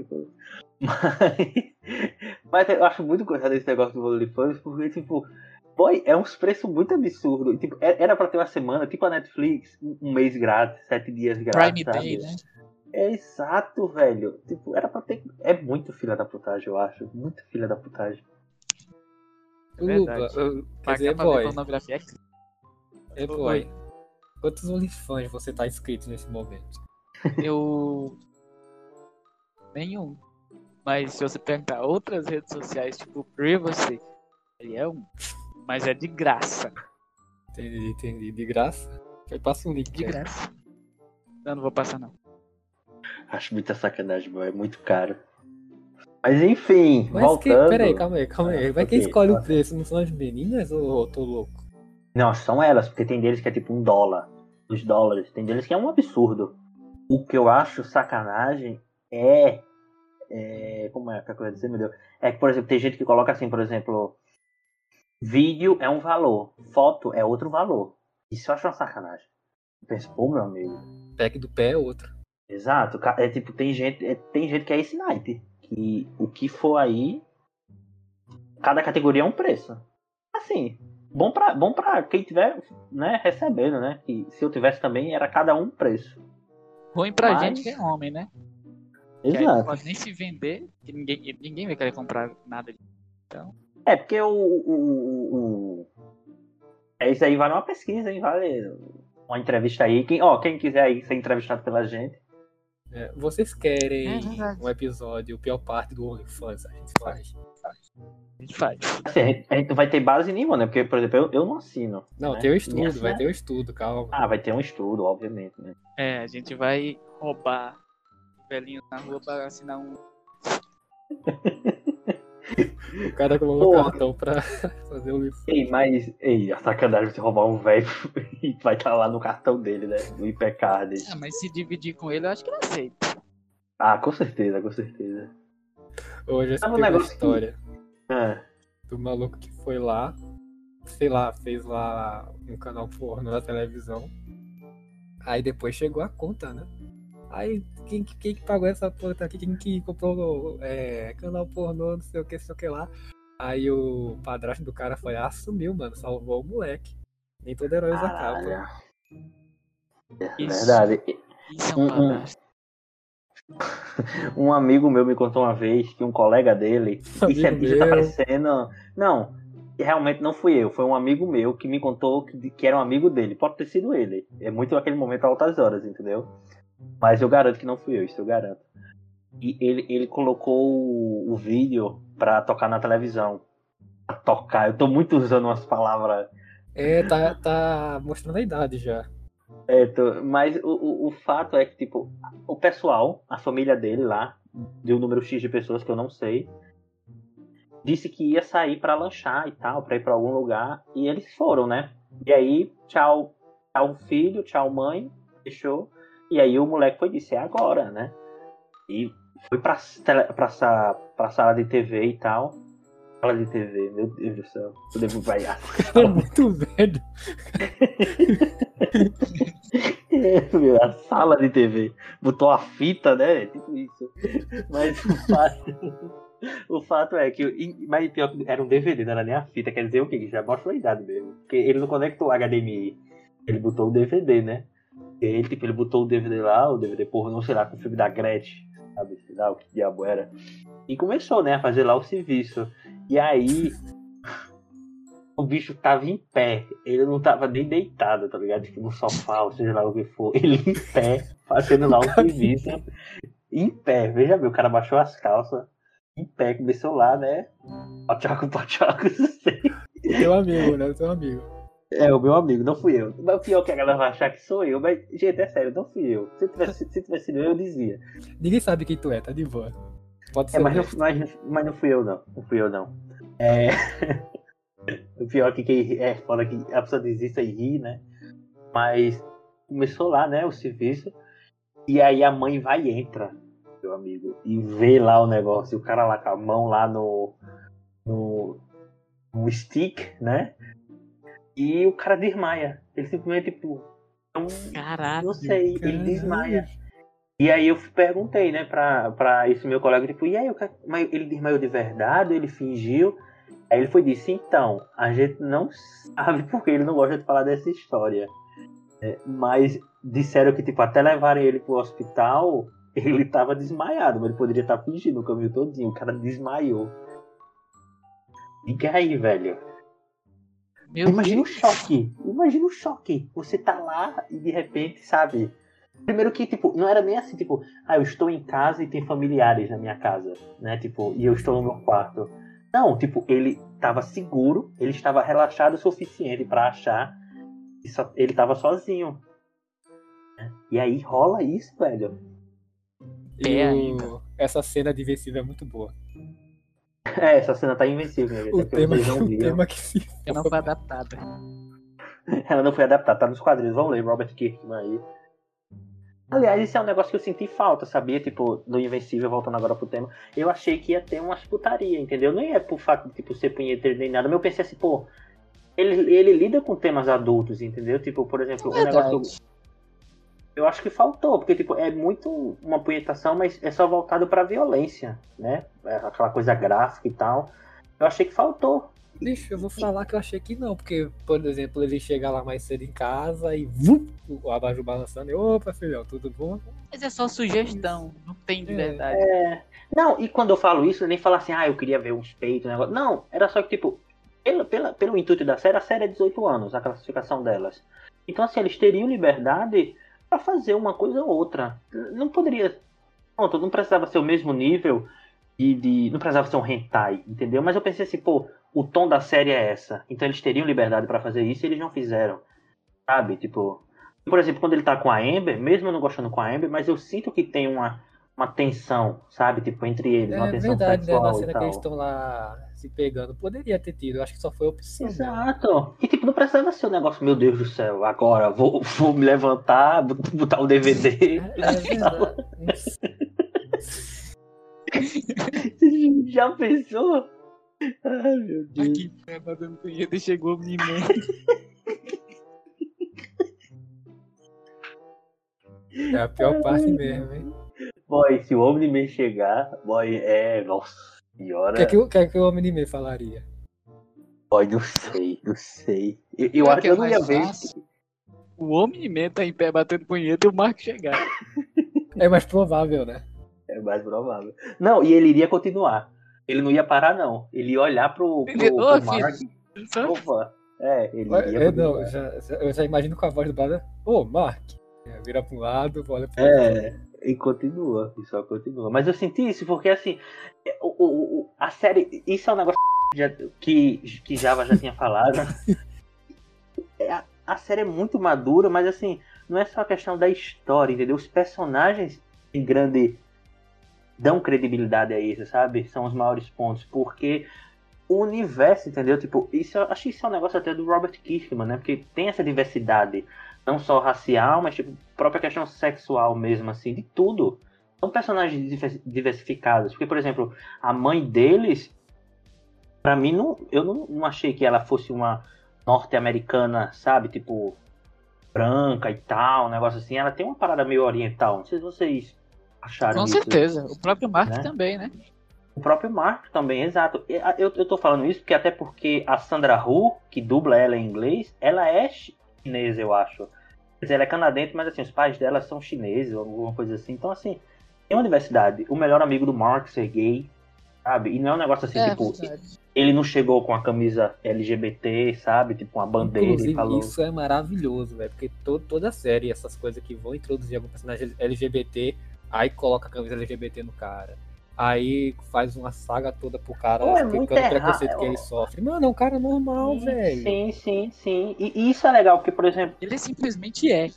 Mas, mas eu acho muito coisa desse negócio do OnlyFans, porque, tipo, boy, é uns preços muito absurdos. Tipo, era pra ter uma semana, tipo a Netflix, um mês grátis, sete dias grátis. Prime sabe? Day, né? É exato, velho. Tipo, era pra ter. É muito filha da putagem, eu acho. Muito filha da putagem. É Luba, verdade. eu- quer Pagar dizer, pra ver boy, pornografia é é boy. Quantos OnlyFans você tá inscrito nesse momento? Eu. Nenhum. Mas se você perguntar outras redes sociais, tipo Privacy, ele é um. Mas é de graça. Entendi, entendi. De graça? Aí passa um link. De aí. graça. Não, não vou passar não. Acho muita sacanagem, meu. É muito caro. Mas enfim, Mas voltando. que, peraí, calma aí, calma aí. Ah, Mas quem ok. escolhe o preço? Não são as meninas ou eu tô louco? Não, são elas, porque tem deles que é tipo um dólar. Os dólares. Tem deles que é um absurdo. O que eu acho sacanagem é. é como é que eu ia dizer, meu Deus? É que, por exemplo, tem gente que coloca assim, por exemplo. Vídeo é um valor, foto é outro valor. Isso eu acho uma sacanagem. Eu penso, pô, meu amigo. Pack do pé é outro. Exato. ca- É tipo, tem gente, é, tem gente que é esse naipe. Que o que for aí. Cada categoria é um preço. Assim, bom pra, bom pra quem tiver, né, recebendo, né? Que se eu tivesse também, era cada um preço. Ruim pra Mas- gente que é homem, né? Que aí não Exato. pode nem se vender, que ninguém, ninguém vai querer comprar nada. É, porque o, o, o, o- É isso aí, vale uma pesquisa, hein? Vale uma entrevista aí. Quem, ó, quem quiser aí ser entrevistado pela gente. É, vocês querem É verdade. um episódio, pior parte do OnlyFans? A gente faz. A gente faz. Assim, a, gente, a gente não vai ter base nenhuma, né? Porque, por exemplo, eu, eu não assino. Não, né? tem o E estudo, essa- vai ter o estudo, calma. Ah, vai ter um estudo, obviamente, né? É, a gente vai roubar velhinho na rua pra assinar um. O cara colocou o Porra. cartão pra fazer o OnlyFans. Ei, mas, ei, a sacanagem você roubar um velho e vai estar lá no cartão dele, né? No Hipercard. Ah, mas se dividir com ele, eu acho que ele aceita. Ah, com certeza, com certeza. Hoje eu Sabe um expliquei uma negócio que- história Ah, do maluco que foi lá, sei lá, fez lá um canal porno na televisão. Aí depois chegou a conta, né? Aí quem, que- quem que pagou essa porra aqui? Quem que comprou é, canal pornô, não sei o que, não sei o que lá. Aí o padrasto do cara foi lá, assumiu, mano, salvou o moleque. Nem todo herói usa capa. caralho. É Isso. verdade. Isso é Hum, um hum. padastro. Um amigo meu me contou uma vez que um colega dele. Isso, é, Amigo isso tá meu. parecendo. Não, realmente não fui eu. Foi um amigo meu que me contou que, que era um amigo dele. Pode ter sido ele. É muito aquele momento a altas horas, entendeu? Mas eu garanto que não fui eu, isso eu garanto. E ele, ele colocou o, o vídeo pra tocar na televisão. Pra tocar. Eu tô muito usando umas palavras. É, tá, tá mostrando a idade já. É, tô- mas o, o, o fato é que, tipo, o pessoal, a família dele lá, de um número X de pessoas que eu não sei, disse que ia sair pra lanchar e tal, pra ir pra algum lugar, e eles foram, né? E aí, tchau, tchau filho, tchau mãe, fechou. E aí o moleque foi e disse, é agora, né? E foi pra, tele- pra, sa- pra sala de T V e tal. Sala de T V, meu Deus do céu. Eu devo vai É muito velho. Meu, a sala de T V. Botou a fita, né? Tipo isso. Mas o fato, o fato é que. e- Mas pior que era um D V D, não era nem a fita. Quer dizer o quê? Que já mostra a idade mesmo. Porque ele não conectou o H D M I. Ele botou o D V D, né? E ele, tipo, ele botou o D V D lá, o D V D porra, não sei lá, com o filme da Gretchen, sabe? Sei lá o que diabo era. E começou, né, a fazer lá o serviço. E aí. O bicho tava em pé, ele não tava nem deitado, tá ligado? Tipo, no sofá, ou seja lá o que for. Ele em pé, fazendo lá o serviço. Em pé, veja bem, o cara baixou as calças, em pé, começou lá, né? Pachaco, pachaco, não sei. Teu amigo, né? Teu amigo. É, o meu amigo, não fui eu. Mas o pior é que a galera vai achar que sou eu, mas, gente, é sério, não fui eu. Se tivesse, se tivesse sido eu, eu dizia. Ninguém sabe quem tu é, tá de boa. Pode ser É, mas não, honesto. mas, não- mas não fui eu, não. Não fui eu, não. É. O pior é que quem ri- é foda que a pessoa diz isso e ri, né? Mas começou lá, né, o serviço. E aí a mãe vai e entra, meu amigo, e vê lá o negócio. E o cara lá com a mão lá no. no. no stick, né? E o cara desmaia. Ele simplesmente, tipo. Não, Caralho. não sei, ele Caralho. desmaia. E aí eu perguntei, né, pra, pra esse meu colega, tipo, e aí, o que- mas ele desmaiou de verdade? Ele fingiu? Aí ele foi e disse, então, a gente não sabe porque ele não gosta de falar dessa história. É, mas disseram que, tipo, até levarem ele pro hospital, ele tava desmaiado, mas ele poderia estar fingindo o caminho todinho. O cara desmaiou. Fica aí, velho. Meu Imagina o Deus. choque. Imagina o choque. Você tá lá e de repente, sabe? Primeiro que, tipo, não era nem assim, tipo, ah, eu estou em casa e tem familiares na minha casa, né? Tipo, e eu estou no meu quarto. Não, tipo, ele estava seguro, ele estava relaxado o suficiente pra achar que só, ele estava sozinho. Né? E aí rola isso, velho. E É o- ainda. essa cena de Invencível é muito boa. É, essa cena tá invencível, né? O Até tema, vocês não o viram. tema que se. Eu não foi adaptada. Ela não foi adaptada, tá nos quadrinhos. Vamos ler, Robert Kirkman aí. Aliás, isso é um negócio que eu senti falta, sabia? Tipo, no Invencível, voltando agora pro tema, eu achei que ia ter umas putaria, entendeu? Não ia por fato de, tipo, ser punheteiro nem nada, mas eu pensei assim, pô, ele, ele lida com temas adultos, entendeu? Tipo, por exemplo, um negócio... Verdade. Eu acho que faltou, porque, tipo, é muito uma punhetação, mas é só voltado pra violência, né? É aquela coisa gráfica e tal. Eu achei que faltou. Bicho, eu vou falar que eu achei que não, porque, por exemplo, ele chega lá mais cedo em casa e vum, o abajur balançando e opa, filhão, tudo bom? Mas é só sugestão, não tem de É. verdade. Não, e quando eu falo isso, eu nem falo assim, ah, eu queria ver uns peitos, um negócio. Não, era só que, tipo, pela, pela, pelo intuito da série, a série é dezoito anos, a classificação delas. Então, assim, eles teriam liberdade pra fazer uma coisa ou outra. Não poderia... Pronto, não precisava ser o mesmo nível e de... Não precisava ser um hentai, entendeu? Mas eu pensei assim, pô, o tom da série é essa. Então eles teriam liberdade pra fazer isso e eles não fizeram. Sabe? Tipo... Por exemplo, quando ele tá com a Amber, mesmo eu não gostando com a Amber, mas eu sinto que tem uma, uma tensão, sabe? Tipo, entre eles, uma É tensão verdade, né? sexual Na e cena que tal. eles estão lá se pegando, poderia ter tido. Eu acho que só foi opção. Né? Exato. E tipo, não precisava ser um negócio, meu Deus do céu, agora vou, vou me levantar, botar o D V D. É, é verdade. Já pensou? Ai, meu Deus. Aqui, é, batendo punheta e chegou o menino. É a pior parte mesmo, hein? Boy, se o Omni-Man chegar, boy, é. Nossa O senhora. que é que, o- que, é que o Homem-Man falaria? Boy, não sei, não sei. Eu, eu Será acho que que é eu não ia mais ver. fácil? O Omni-Man tá em pé batendo punheta e o Marco chegar. É mais provável, né? É mais provável. Não, e ele iria continuar. Ele não ia parar, não. Ele ia olhar pro, pro, Ô, pro filho. Mark. Opa. É, ele iria É, não, continuar. já, já- eu já imagino com a voz do Bada. Ô, Mark! É, vira pra um lado, olha pro outro. É, e continua, e só continua. Mas eu senti isso porque, assim, o, o, o- a série. Isso é um negócio já- que, que Java já tinha falado. É, a, a série é muito madura, mas, assim, não é só a questão da história, entendeu? Os personagens em grande dão credibilidade a isso, sabe? São os maiores pontos, porque o universo, entendeu? Tipo, isso, eu acho que isso é um negócio até do Robert Kirkman, né? Porque tem essa diversidade, não só racial, mas tipo, própria questão sexual mesmo, assim, de tudo. São personagens diver- diversificados. Porque, por exemplo, a mãe deles, pra mim, não, eu não, não achei que ela fosse uma norte-americana, sabe? Tipo, branca e tal, um negócio assim. Ela tem uma parada meio oriental. Não sei se vocês acharam Com isso. certeza. O próprio Mark Né? também, né? O próprio Mark também, exato. E, a- Eu, eu tô falando isso porque até porque a Sandra Hu, que dubla ela em inglês, ela é chinesa, eu acho. Quer dizer, ela é canadense, mas assim, os pais dela são chineses ou alguma coisa assim. Então, assim, tem uma diversidade. O melhor amigo do Mark ser gay, sabe? E não é um negócio assim, É, tipo, verdade. ele não chegou com a camisa L G B T, sabe? Tipo, uma bandeira Inclusive, e falou. isso é maravilhoso, velho. Porque to, toda série, essas coisas que vão introduzir algum personagem L G B T, aí coloca a camisa L G B T no cara. Aí faz uma saga toda pro cara Pô, é muito explicando o errado. preconceito que ele sofre. Mano, é um cara normal, Sim, velho. sim, sim, sim. E, e isso é legal, porque, por exemplo. Ele simplesmente é.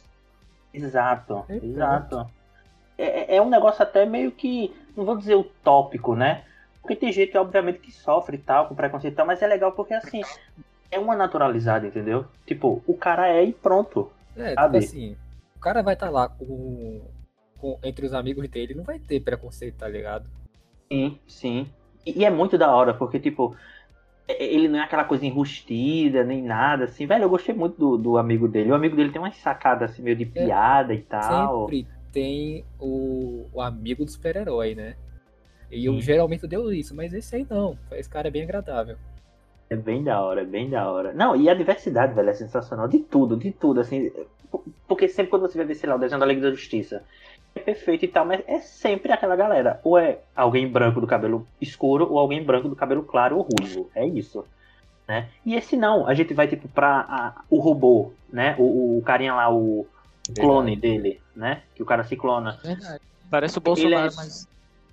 Exato, É, exato. É, é um negócio até meio que, não vou dizer utópico, né? Porque tem gente, obviamente, que sofre e tal, com preconceito e tal, mas é legal porque, assim, é uma naturalizada, entendeu? Tipo, o cara é e pronto. É, Sabe? tipo assim, o cara vai estar lá com, com- entre os amigos dele, não vai ter preconceito, tá ligado? Sim, sim. E, e é muito da hora, porque, tipo, é- ele não é aquela coisa enrustida, nem nada, assim. Velho, eu gostei muito do, do amigo dele. O amigo dele tem umas sacadas, assim, meio de piada e tal. Sempre tem o, o amigo do super-herói, né? E eu Sim. geralmente deu isso, mas esse aí não. Esse cara é bem agradável. É bem da hora, é bem da hora. Não, e a diversidade, velho, é sensacional. De tudo, de tudo, assim. Porque sempre quando você vai ver, sei lá, o desenho da Liga da Justiça, é perfeito e tal, mas é sempre aquela galera. Ou é alguém branco do cabelo escuro, ou alguém branco do cabelo claro ou ruivo. É isso. Né? E esse não, a gente vai, tipo, pra a- o robô, né? O, o carinha lá, o, o clone dele, né? Que o cara se clona. Verdade. Parece o Bolsonaro, Ele é- mas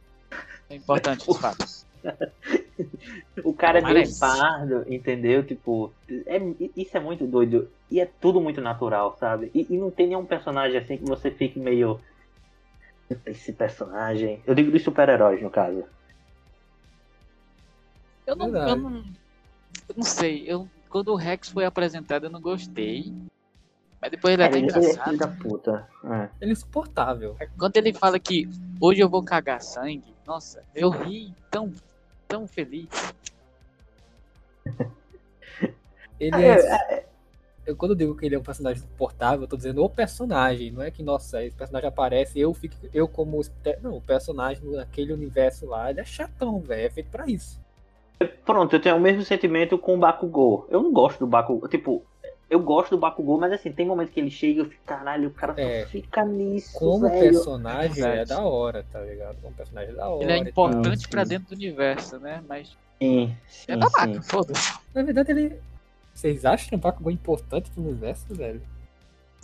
é importante os fatos. O cara é meio Parece. pardo, entendeu? Tipo, é, isso é muito doido. E é tudo muito natural, sabe? E, e não tem nenhum personagem assim que você fique meio. Esse personagem. Eu digo dos super-heróis, no caso. Eu não, eu Verdade. não, eu não sei. Eu, quando o Rex foi apresentado, eu não gostei. Mas depois ele é até ele, ele é engraçado. filho da puta. É. Ele é insuportável. Quando ele fala que hoje eu vou cagar sangue, nossa, eu ri tão, tão feliz. Ele É, é. Eu, quando eu digo que ele é um personagem insuportável, eu tô dizendo o personagem. Não é que, nossa, esse personagem aparece e eu fico. Eu, como. espe- Não, o personagem naquele universo lá, ele é chatão, velho. É feito pra isso. Pronto, eu tenho o mesmo sentimento com o Bakugou. Eu não gosto do Bakugou. Tipo, eu gosto do Bakugou, mas assim, tem momentos que ele chega e eu fico, caralho, o cara só É. fica nisso, Como velho. personagem Verdade. é da hora, tá ligado? Como personagem é da hora. Ele é e tal. importante sim. pra dentro do universo, né? Mas Sim, sim, é babaca, sim. foda-se. Na verdade, ele. Vocês acham o Bakugou importante pro universo, velho?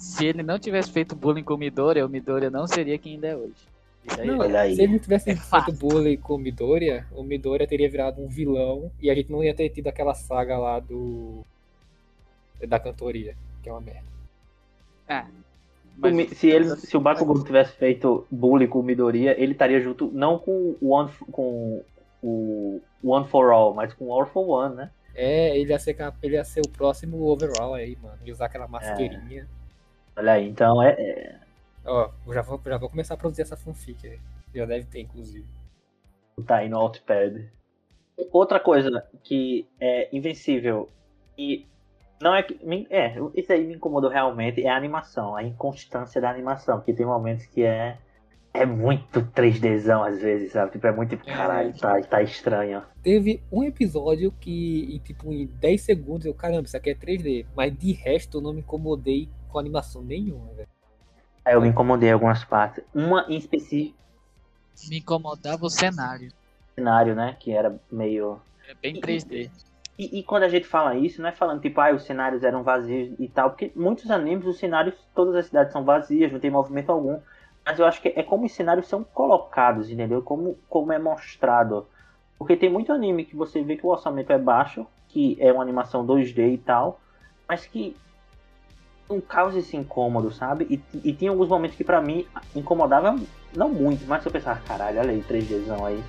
Se ele não tivesse feito bullying com o Midoriya, o Midoriya não seria quem ainda é hoje. Isso aí Não, é- Olha aí. se ele não tivesse É feito fácil. bullying com o Midoriya, o Midoriya teria virado um vilão e a gente não ia ter tido aquela saga lá do da cantoria, que é uma merda. É. O Mi- Mas se, ele, se o Bakugou tivesse feito bullying com o Midoriya, ele estaria junto, não com o One, com o One for All, mas com o All for One, né? É, ele ia ser, cap- ele ia ser o próximo overall aí, mano. E usar aquela masqueirinha. Olha aí, então é, é Ó, eu já vou, já vou começar a produzir essa fanfic aí. Já deve ter, inclusive. tá aí no Outpad. Outra coisa que é invencível e não é que. me- É, isso aí me incomodou realmente, é a animação, a inconstância da animação, porque tem momentos que é. É muito três Dzão às vezes, sabe? Tipo, é muito tipo, É. caralho, tá, tá estranho. Teve um episódio que, em, tipo, em dez segundos eu, caramba, isso aqui é três D. Mas de resto eu não me incomodei com animação nenhuma, velho. Aí eu me incomodei em algumas partes. Uma em específico, me incomodava o cenário. cenário, né? Que era meio. É bem três D. E, e quando a gente fala isso, não é falando tipo, ah, os cenários eram vazios e tal, porque muitos animes, os cenários, todas as cidades são vazias, não tem movimento algum. Mas eu acho que é como os cenários são colocados, entendeu? Como, como é mostrado. Porque tem muito anime que você vê que o orçamento é baixo, que é uma animação dois D e tal, mas que não causa esse incômodo, sabe? E, e tinha alguns momentos que pra mim incomodava, não muito, mas eu pensava, caralho, olha aí, três Dzão aí.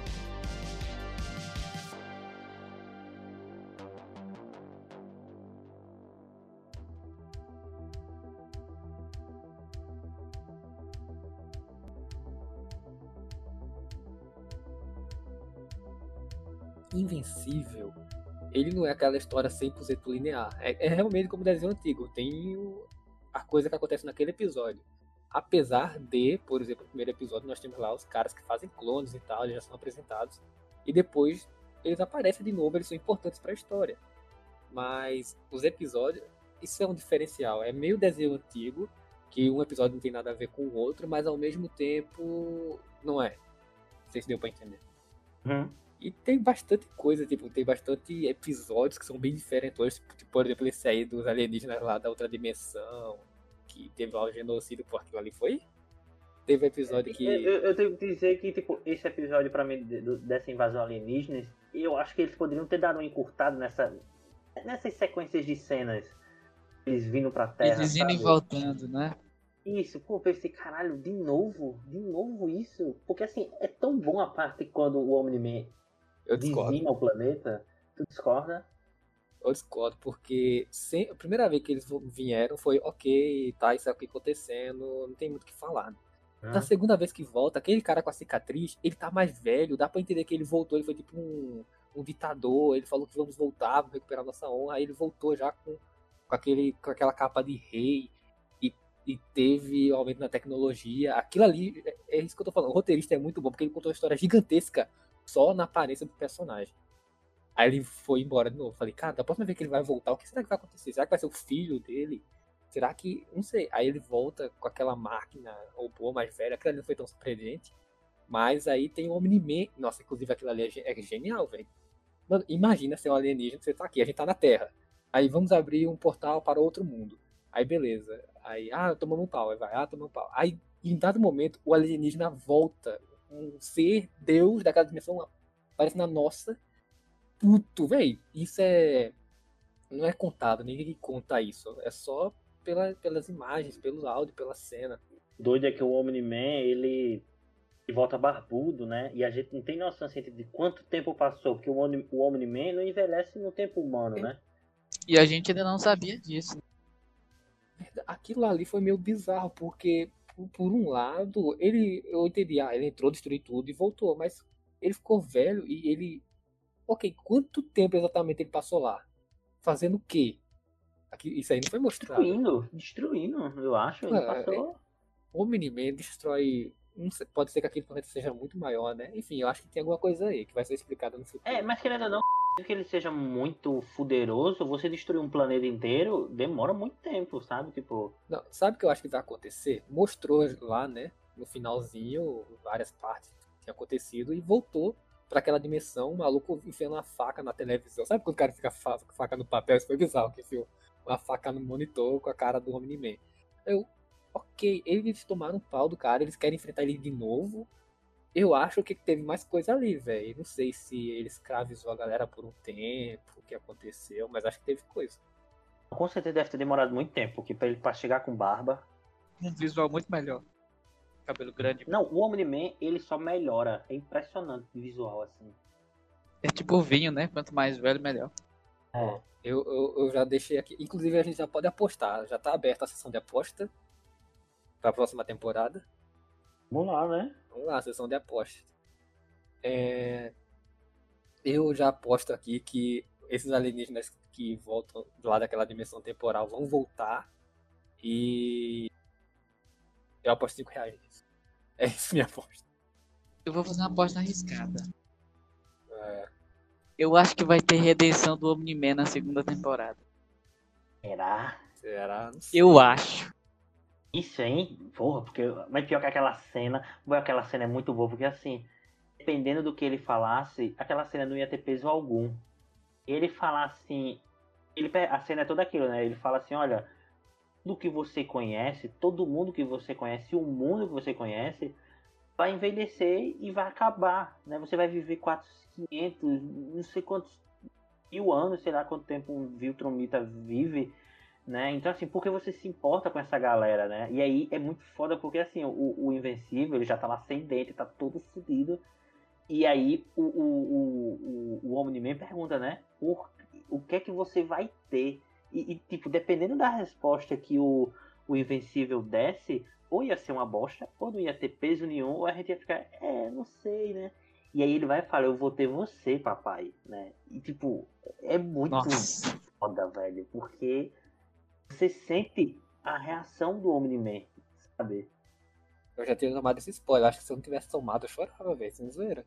Invencível, ele não é aquela história cem por cento linear. É, é realmente como desenho antigo. Tem o- a coisa que acontece naquele episódio. Apesar de, por exemplo, no primeiro episódio nós temos lá os caras que fazem clones e tal, eles já são apresentados. E depois eles aparecem de novo, eles são importantes para a história. Mas os episódios, isso é um diferencial. É meio desenho antigo, que um episódio não tem nada a ver com o outro, mas ao mesmo tempo não é. Não sei se deu pra entender. Uhum. E tem bastante coisa, tipo, tem bastante episódios que são bem diferentes. Tipo, por exemplo, esse aí dos alienígenas lá da outra dimensão, que teve lá o genocídio, por aquilo ali foi? Teve episódio que. Eu, eu- eu tenho que dizer que, tipo, esse episódio, pra mim, de- do- dessa invasão alienígena, eu acho que eles poderiam ter dado um encurtado nessa, nessas sequências de cenas. Eles vindo pra Terra, Eles indo e sabe? voltando, né? Isso, pô, eu pensei, caralho, de novo? De novo isso? Porque, assim, é tão bom a parte quando o Omni-Man Eu discordo. dizima o planeta. Tu discorda? Eu discordo, porque sem... a primeira vez que eles vieram foi ok, tá, isso aqui acontecendo, não tem muito o que falar. Na Hã? segunda vez que volta, aquele cara com a cicatriz, ele tá mais velho, dá pra entender que ele voltou, ele foi tipo um, um ditador, ele falou que vamos voltar, vamos recuperar nossa honra, aí ele voltou já com, com, aquele, com aquela capa de rei, e, e teve aumento na tecnologia, aquilo ali, é, é isso que eu tô falando, o roteirista é muito bom, porque ele contou uma história gigantesca só na aparência do personagem. Aí ele foi embora de novo, falei, cara, da próxima vez que ele vai voltar, o que será que vai acontecer? Será que vai ser o filho dele? Será que. Não sei. Aí ele volta com aquela máquina robô mais velha. Aquilo ali não foi tão surpreendente. Mas aí tem o Omni-Man. Nossa, inclusive aquilo ali é, ge- é genial, velho. Mano, imagina ser um alienígena. Você tá aqui, a gente tá na Terra. Aí vamos abrir um portal para outro mundo. Aí beleza. Aí, ah, tomamos um pau. Aí vai, ah, tomamos um pau. Aí, em dado momento, o alienígena volta. Um ser Deus daquela dimensão. Aparece na nossa. Puto, velho. Isso é. Não é contado, ninguém conta isso. É só pela, pelas imagens, pelo áudio, pela cena. Doido é que o Omni-Man, ele, ele volta barbudo, né? E a gente não tem noção assim, de quanto tempo passou, porque o Omni- o Omni-Man não envelhece no tempo humano, né? E a gente ainda não sabia disso. Aquilo ali foi meio bizarro, porque, por, por um lado, ele. Eu entendi, ah, ele entrou, destruiu tudo e voltou, mas ele ficou velho e ele. Ok, quanto tempo exatamente ele passou lá? Fazendo o quê? Aqui, isso aí não foi mostrado. Destruindo, destruindo, eu acho. Ele Ah, passou. O Omni-Man destrói. Não sei, pode ser que aquele planeta seja muito maior, né? Enfim, eu acho que tem alguma coisa aí que vai ser explicada no futuro. É, mas querendo ou não, que ele seja muito fuderoso, você destruir um planeta inteiro demora muito tempo, sabe? Tipo, Não, sabe o que eu acho que vai acontecer? Mostrou lá, né? No finalzinho, várias partes que tinha acontecido e voltou pra aquela dimensão, o maluco enfiando uma faca na televisão. Sabe quando o cara fica fa- faca no papel? Isso foi bizarro, que enfiou uma faca no monitor com a cara do Omni-Man. Eu, ok, eles tomaram um pau do cara, eles querem enfrentar ele de novo. Eu acho que teve mais coisa ali, velho. Não sei se ele escravizou a galera por um tempo, o que aconteceu, mas acho que teve coisa. Com certeza deve ter demorado muito tempo, porque pra ele pra chegar com barba. Um visual muito melhor. Cabelo grande. Não, o Omni-Man, ele só melhora. É impressionante o visual, assim. É tipo vinho, né? Quanto mais velho, melhor. É. Eu, eu, eu já deixei aqui. Inclusive, a gente já pode apostar. Já tá aberta a sessão de aposta pra próxima temporada. Vamos lá, né? Vamos lá, sessão de aposta. É, eu já aposto aqui que esses alienígenas que voltam lá daquela dimensão temporal vão voltar. E eu aposto cinco reais nisso. É isso minha aposta. Eu vou fazer uma aposta arriscada. É, Eu acho que vai ter redenção do Omni-Man na segunda temporada. Será? será? Não sei. Eu acho. Isso, hein? Porra, porque. Mas pior que aquela cena. Boy, aquela cena é muito boa, porque assim, dependendo do que ele falasse, aquela cena não ia ter peso algum. Ele falar assim. Ele, a cena é toda aquilo, né? Ele fala assim, olha, tudo que você conhece, todo mundo que você conhece, o mundo que você conhece, vai envelhecer e vai acabar, né? Você vai viver quatrocentos, quinhentos, não sei quantos mil anos, sei lá quanto tempo um Viltrumita vive, né? Então, assim, por que você se importa com essa galera, né? E aí é muito foda, porque, assim, o, o Invencível, ele já tá lá sem dente, tá todo fodido. E aí o, o, o, o, o Omni-Man pergunta, né? Por, o que é que você vai ter? E, e, tipo, dependendo da resposta que o, o Invencível desse, ou ia ser uma bosta, ou não ia ter peso nenhum, ou a gente ia ficar, é, não sei, né? E aí ele vai falar, eu vou ter você, papai, né? E, tipo, é muito Nossa. foda, velho, porque você sente a reação do Omni-Man, sabe? Eu já tinha tomado esse spoiler. Acho que se eu não tivesse tomado, eu chorava, velho. Sem zoeira.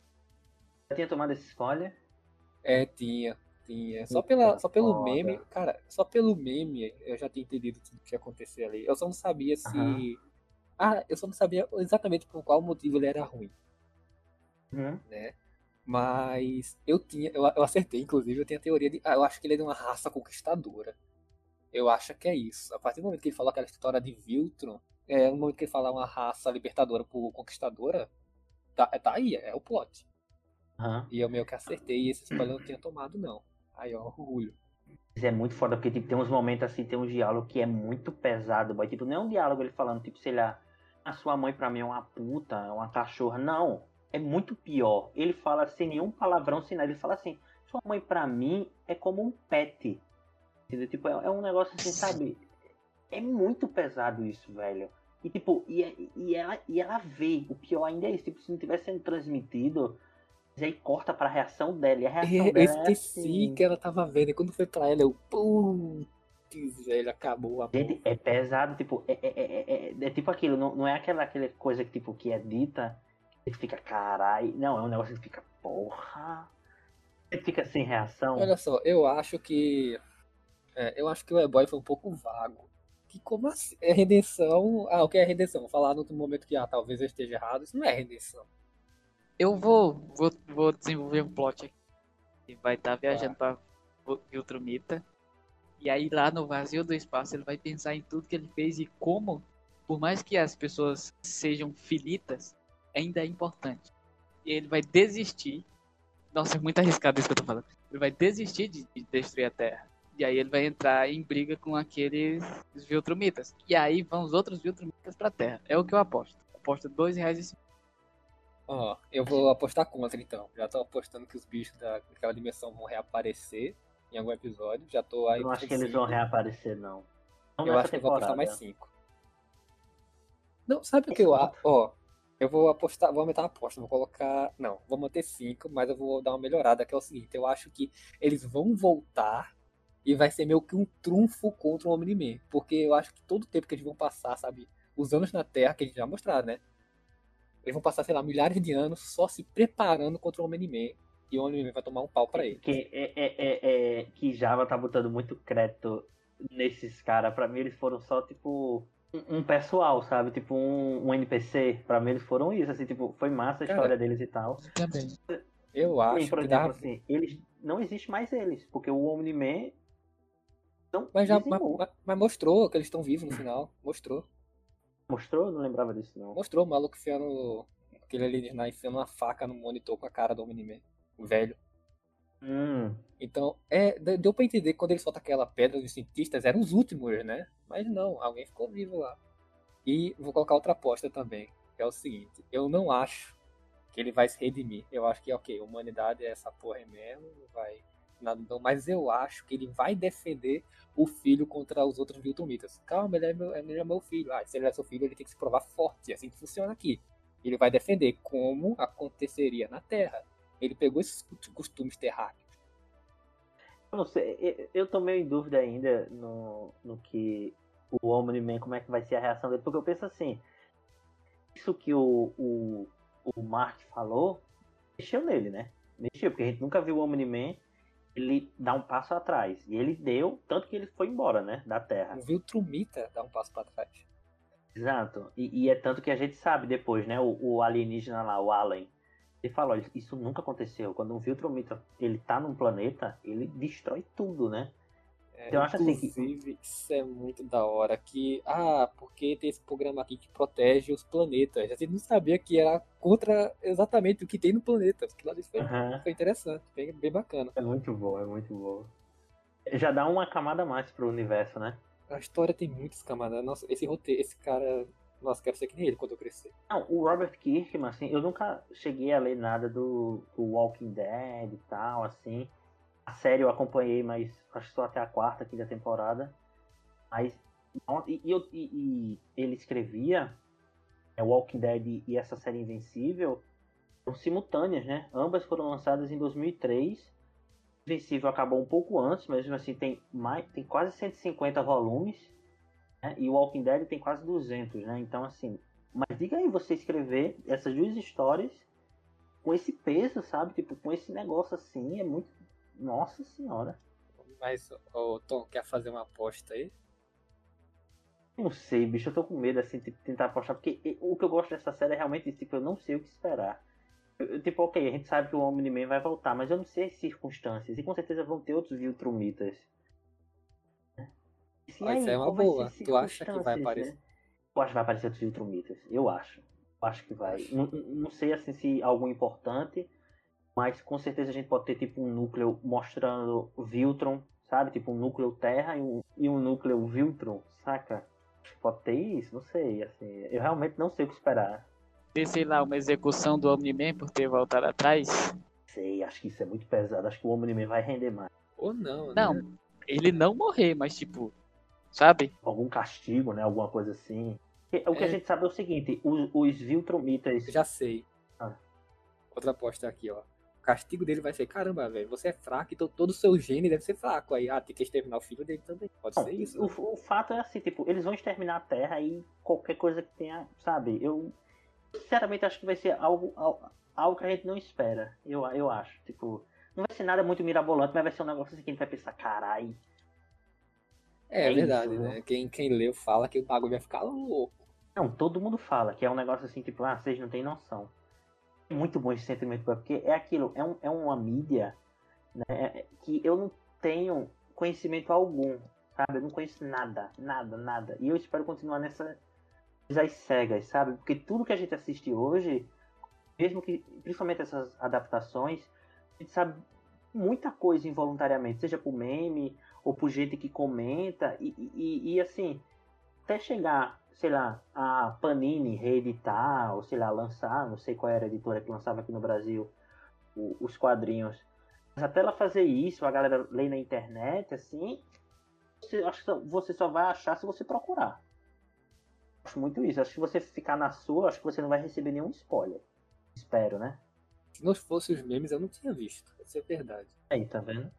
Já tinha tomado essa escolha? É, tinha. Tinha. Só, Eita, pela, só pelo foda. meme, cara, só pelo meme eu já tinha entendido tudo que ia acontecer ali. Eu só não sabia se. Aham. Ah, eu só não sabia exatamente por qual motivo ele era ruim, Uhum. né? Mas eu tinha. Eu, eu acertei, inclusive, eu tinha a teoria de. Ah, eu acho que ele é de uma raça conquistadora. Eu acho que é isso. A partir do momento que ele falou aquela história de Viltron, é, no momento que ele fala uma raça libertadora por conquistadora, tá, tá aí, é o plot. Aham. E eu meio que acertei e esse spoiler eu não tinha tomado, não. Aí, ó, orgulho. Mas é muito foda, porque tipo, tem uns momentos assim, tem um diálogo que é muito pesado, boy. Tipo, não é um diálogo ele falando, tipo, sei lá, a sua mãe pra mim é uma puta, é uma cachorra. Não, é muito pior. Ele fala sem nenhum palavrão, sem nada. Ele fala assim, sua mãe pra mim é como um pet. Entendeu? Tipo, é, é um negócio assim, sabe? É muito pesado isso, velho. E tipo, e, e, ela, e ela vê, o pior ainda é isso, tipo, se não tivesse sendo transmitido, mas aí corta pra reação dela, e a reação É, eu dela é esqueci assim. que ela tava vendo. E quando foi pra ela, eu. Putz, velho, acabou a Gente, porra. é pesado, tipo, é, é, é, é, é tipo aquilo, não, não é aquela, aquela coisa que, tipo, que é dita, que fica caralho, não, é um negócio que fica, porra, você fica sem reação. Olha só, eu acho que. É, eu acho que o E-Boy foi um pouco vago. Que como assim? É redenção. Ah, o que é redenção? Falar no outro momento que, ah, talvez eu esteja errado. Isso não é redenção. Eu vou, vou, vou desenvolver um plot aqui. Ele vai estar viajando Tá. pra Viltrumita. E aí lá no vazio do espaço ele vai pensar em tudo que ele fez e como, por mais que as pessoas sejam finitas, ainda é importante. E ele vai desistir. Nossa, é muito arriscado isso que eu tô falando. Ele vai desistir de, de destruir a Terra. E aí ele vai entrar em briga com aqueles Viltrumitas. E aí vão os outros Viltrumitas pra Terra. É o que eu aposto. Aposto dois reais e cinquenta. Ó, eu vou apostar contra então. Já tô apostando que os bichos da- daquela dimensão vão reaparecer em algum episódio. Já tô aí Eu não acho por que eles vão cinco. reaparecer, não. Não Eu nessa acho que eu vou apostar mais temporada. cinco. Não, sabe o que Esse eu ponto. acho? Ó, eu vou apostar, vou aumentar a aposta, vou colocar. Não, vou manter cinco, mas eu vou dar uma melhorada, que é o seguinte, eu acho que eles vão voltar e vai ser meio que um trunfo contra o Omni-Man. Porque eu acho que todo o tempo que eles vão passar, sabe, os anos na Terra, que a gente já mostraram, né? Eles vão passar, sei lá, milhares de anos só se preparando contra o Omni-Man. E o Omni-Man vai tomar um pau pra eles. Que, é, é, é, é, que Java tá botando muito crédito nesses caras. Pra mim eles foram só, tipo, um, um pessoal, sabe? Tipo, um, um N P C. Pra mim eles foram isso, assim, tipo, foi massa a história Cara, deles e tal. Também. eu Porém, acho por que exemplo, dá. assim, eles não existe mais eles, porque o Omni-Man Então, Mas já dizem mas, muito. mas- mas mostrou que eles estão vivos no final. Mostrou. Mostrou? Eu não lembrava disso, não. Mostrou o maluco enfiando. Aquele alienígena enfiando uma faca no monitor com a cara do Omni-Man. O velho. Hum, Então, é, de- deu pra entender que quando eles soltam aquela pedra dos cientistas, eram os últimos, né? Mas não, alguém ficou vivo lá. E vou colocar outra aposta também, que é o seguinte: eu não acho que ele vai se redimir. Eu acho que, ok, a humanidade é essa porra aí mesmo, não vai nada não, mas eu acho que ele vai defender o filho contra os outros Viltrumitas. Calma, ele é, meu, ele é meu filho. Ah, se ele é seu filho, ele tem que se provar forte. É assim que funciona aqui. Ele vai defender como aconteceria na Terra. Ele pegou esses costumes terráqueos. eu não sei, eu, eu tô meio em dúvida ainda no, no que o Omni-Man, como é que vai ser a reação dele, porque eu penso assim, isso que o, o, o Mark falou, mexeu nele, né? Mexeu, porque a gente nunca viu o Omni-Man ele dar um passo atrás. E ele deu, tanto que ele foi embora, né? Da Terra. O Viltrumita dá um passo pra trás. Exato. E, e é tanto que a gente sabe depois, né? O, o alienígena lá, o Allen, ele falou, olha, isso nunca aconteceu. Quando um Viltrumita, ele tá num planeta, ele destrói tudo, né? É, Então eu acho assim que... inclusive, isso é muito da hora. Que, ah, porque tem esse programa aqui que protege os planetas. A gente não sabia que era contra exatamente o que tem no planeta. Aquilo ali foi, Aham. foi interessante, bem, bem bacana. É muito bom, é muito bom. Já dá uma camada a mais pro universo, né? A história tem muitas camadas. Nossa, esse roteiro, esse cara. Nossa, quero ser que nem ele quando eu crescer. Não, o Robert Kirkman, assim, eu nunca cheguei a ler nada do, do Walking Dead e tal, assim. A série eu acompanhei, mas acho que só até a quarta, quinta temporada. Mas, e, e, eu- e- e ele escrevia é, Walking Dead e essa série Invencível são simultâneas, né? Ambas foram lançadas em dois mil e três. Invencível acabou um pouco antes, mas mesmo assim tem, mais, tem quase cento e cinquenta volumes, né? E o Walking Dead tem quase duzentos, né? Então, assim, mas diga aí você escrever essas duas histórias com esse peso, sabe? Tipo, com esse negócio assim, é muito... Nossa Senhora. Mas, o Tom, quer fazer uma aposta aí? Não sei, bicho, eu tô com medo, assim, de tentar apostar, porque e- o que eu gosto dessa série é realmente isso, tipo, eu não sei o que esperar. Eu- eu, tipo, ok, a gente sabe que o Omni-Man vai voltar, mas eu não sei as circunstâncias, e com certeza vão ter outros Viltrumitas. E Ó, isso aí, é uma qual vai ser boa. as Tu acha que vai circunstâncias, aparecer? né? Eu acho que vai aparecer outros Viltrumitas, eu acho. Eu acho que vai. Acho. Não, não sei, assim, se algo importante, mas com certeza a gente pode ter, tipo, um núcleo mostrando Viltron, sabe? Tipo, um núcleo Terra e um, e um núcleo Viltron, saca? Pode ter isso, não sei, assim, eu realmente não sei o que esperar. Ter, sei lá, uma execução do Omni-Man por ter voltado atrás. Sei, acho que isso é muito pesado, acho que o Omni-Man vai render mais. Ou não, né? Não, ele não morrer, mas tipo, sabe? Algum castigo, né, alguma coisa assim. Porque o que a É. gente sabe é o seguinte, os, os Viltrumitas... Já sei. Ah. Outra aposta aqui, ó. O castigo dele vai ser, caramba, velho, você é fraco, então todo o seu gene deve ser fraco. Aí, ah, tem que exterminar o filho dele também. Pode Não, ser isso, o, né? o fato é assim, tipo, eles vão exterminar a Terra e qualquer coisa que tenha, sabe? Eu sinceramente acho que vai ser algo, algo, algo que a gente não espera. Eu, eu acho, tipo, não vai ser nada muito mirabolante, mas vai ser um negócio assim que a gente vai pensar, carai. É, é verdade, isso, né? Quem, quem leu fala que o bagulho vai ficar louco. Não, todo mundo fala que é um negócio assim, tipo, ah, vocês não têm noção. É muito bom esse sentimento, porque é aquilo, é, um, é uma mídia, né, que eu não tenho conhecimento algum, sabe? Eu não conheço nada, nada, nada. E eu espero continuar nessa às cegas, sabe? Porque tudo que a gente assiste hoje, mesmo que, principalmente essas adaptações, a gente sabe muita coisa involuntariamente, seja por meme ou por gente que comenta, e, e, e assim, até chegar, sei lá, a Panini reeditar, ou sei lá, lançar, não sei qual era a editora que lançava aqui no Brasil o, os quadrinhos. Mas até ela fazer isso, a galera lê na internet, assim, você, acho que você só vai achar se você procurar. Acho muito isso. Acho que se você ficar na sua, acho que você não vai receber nenhum spoiler. Espero, né? Se não fosse os memes, eu não tinha visto. Isso é verdade. Aí, tá vendo?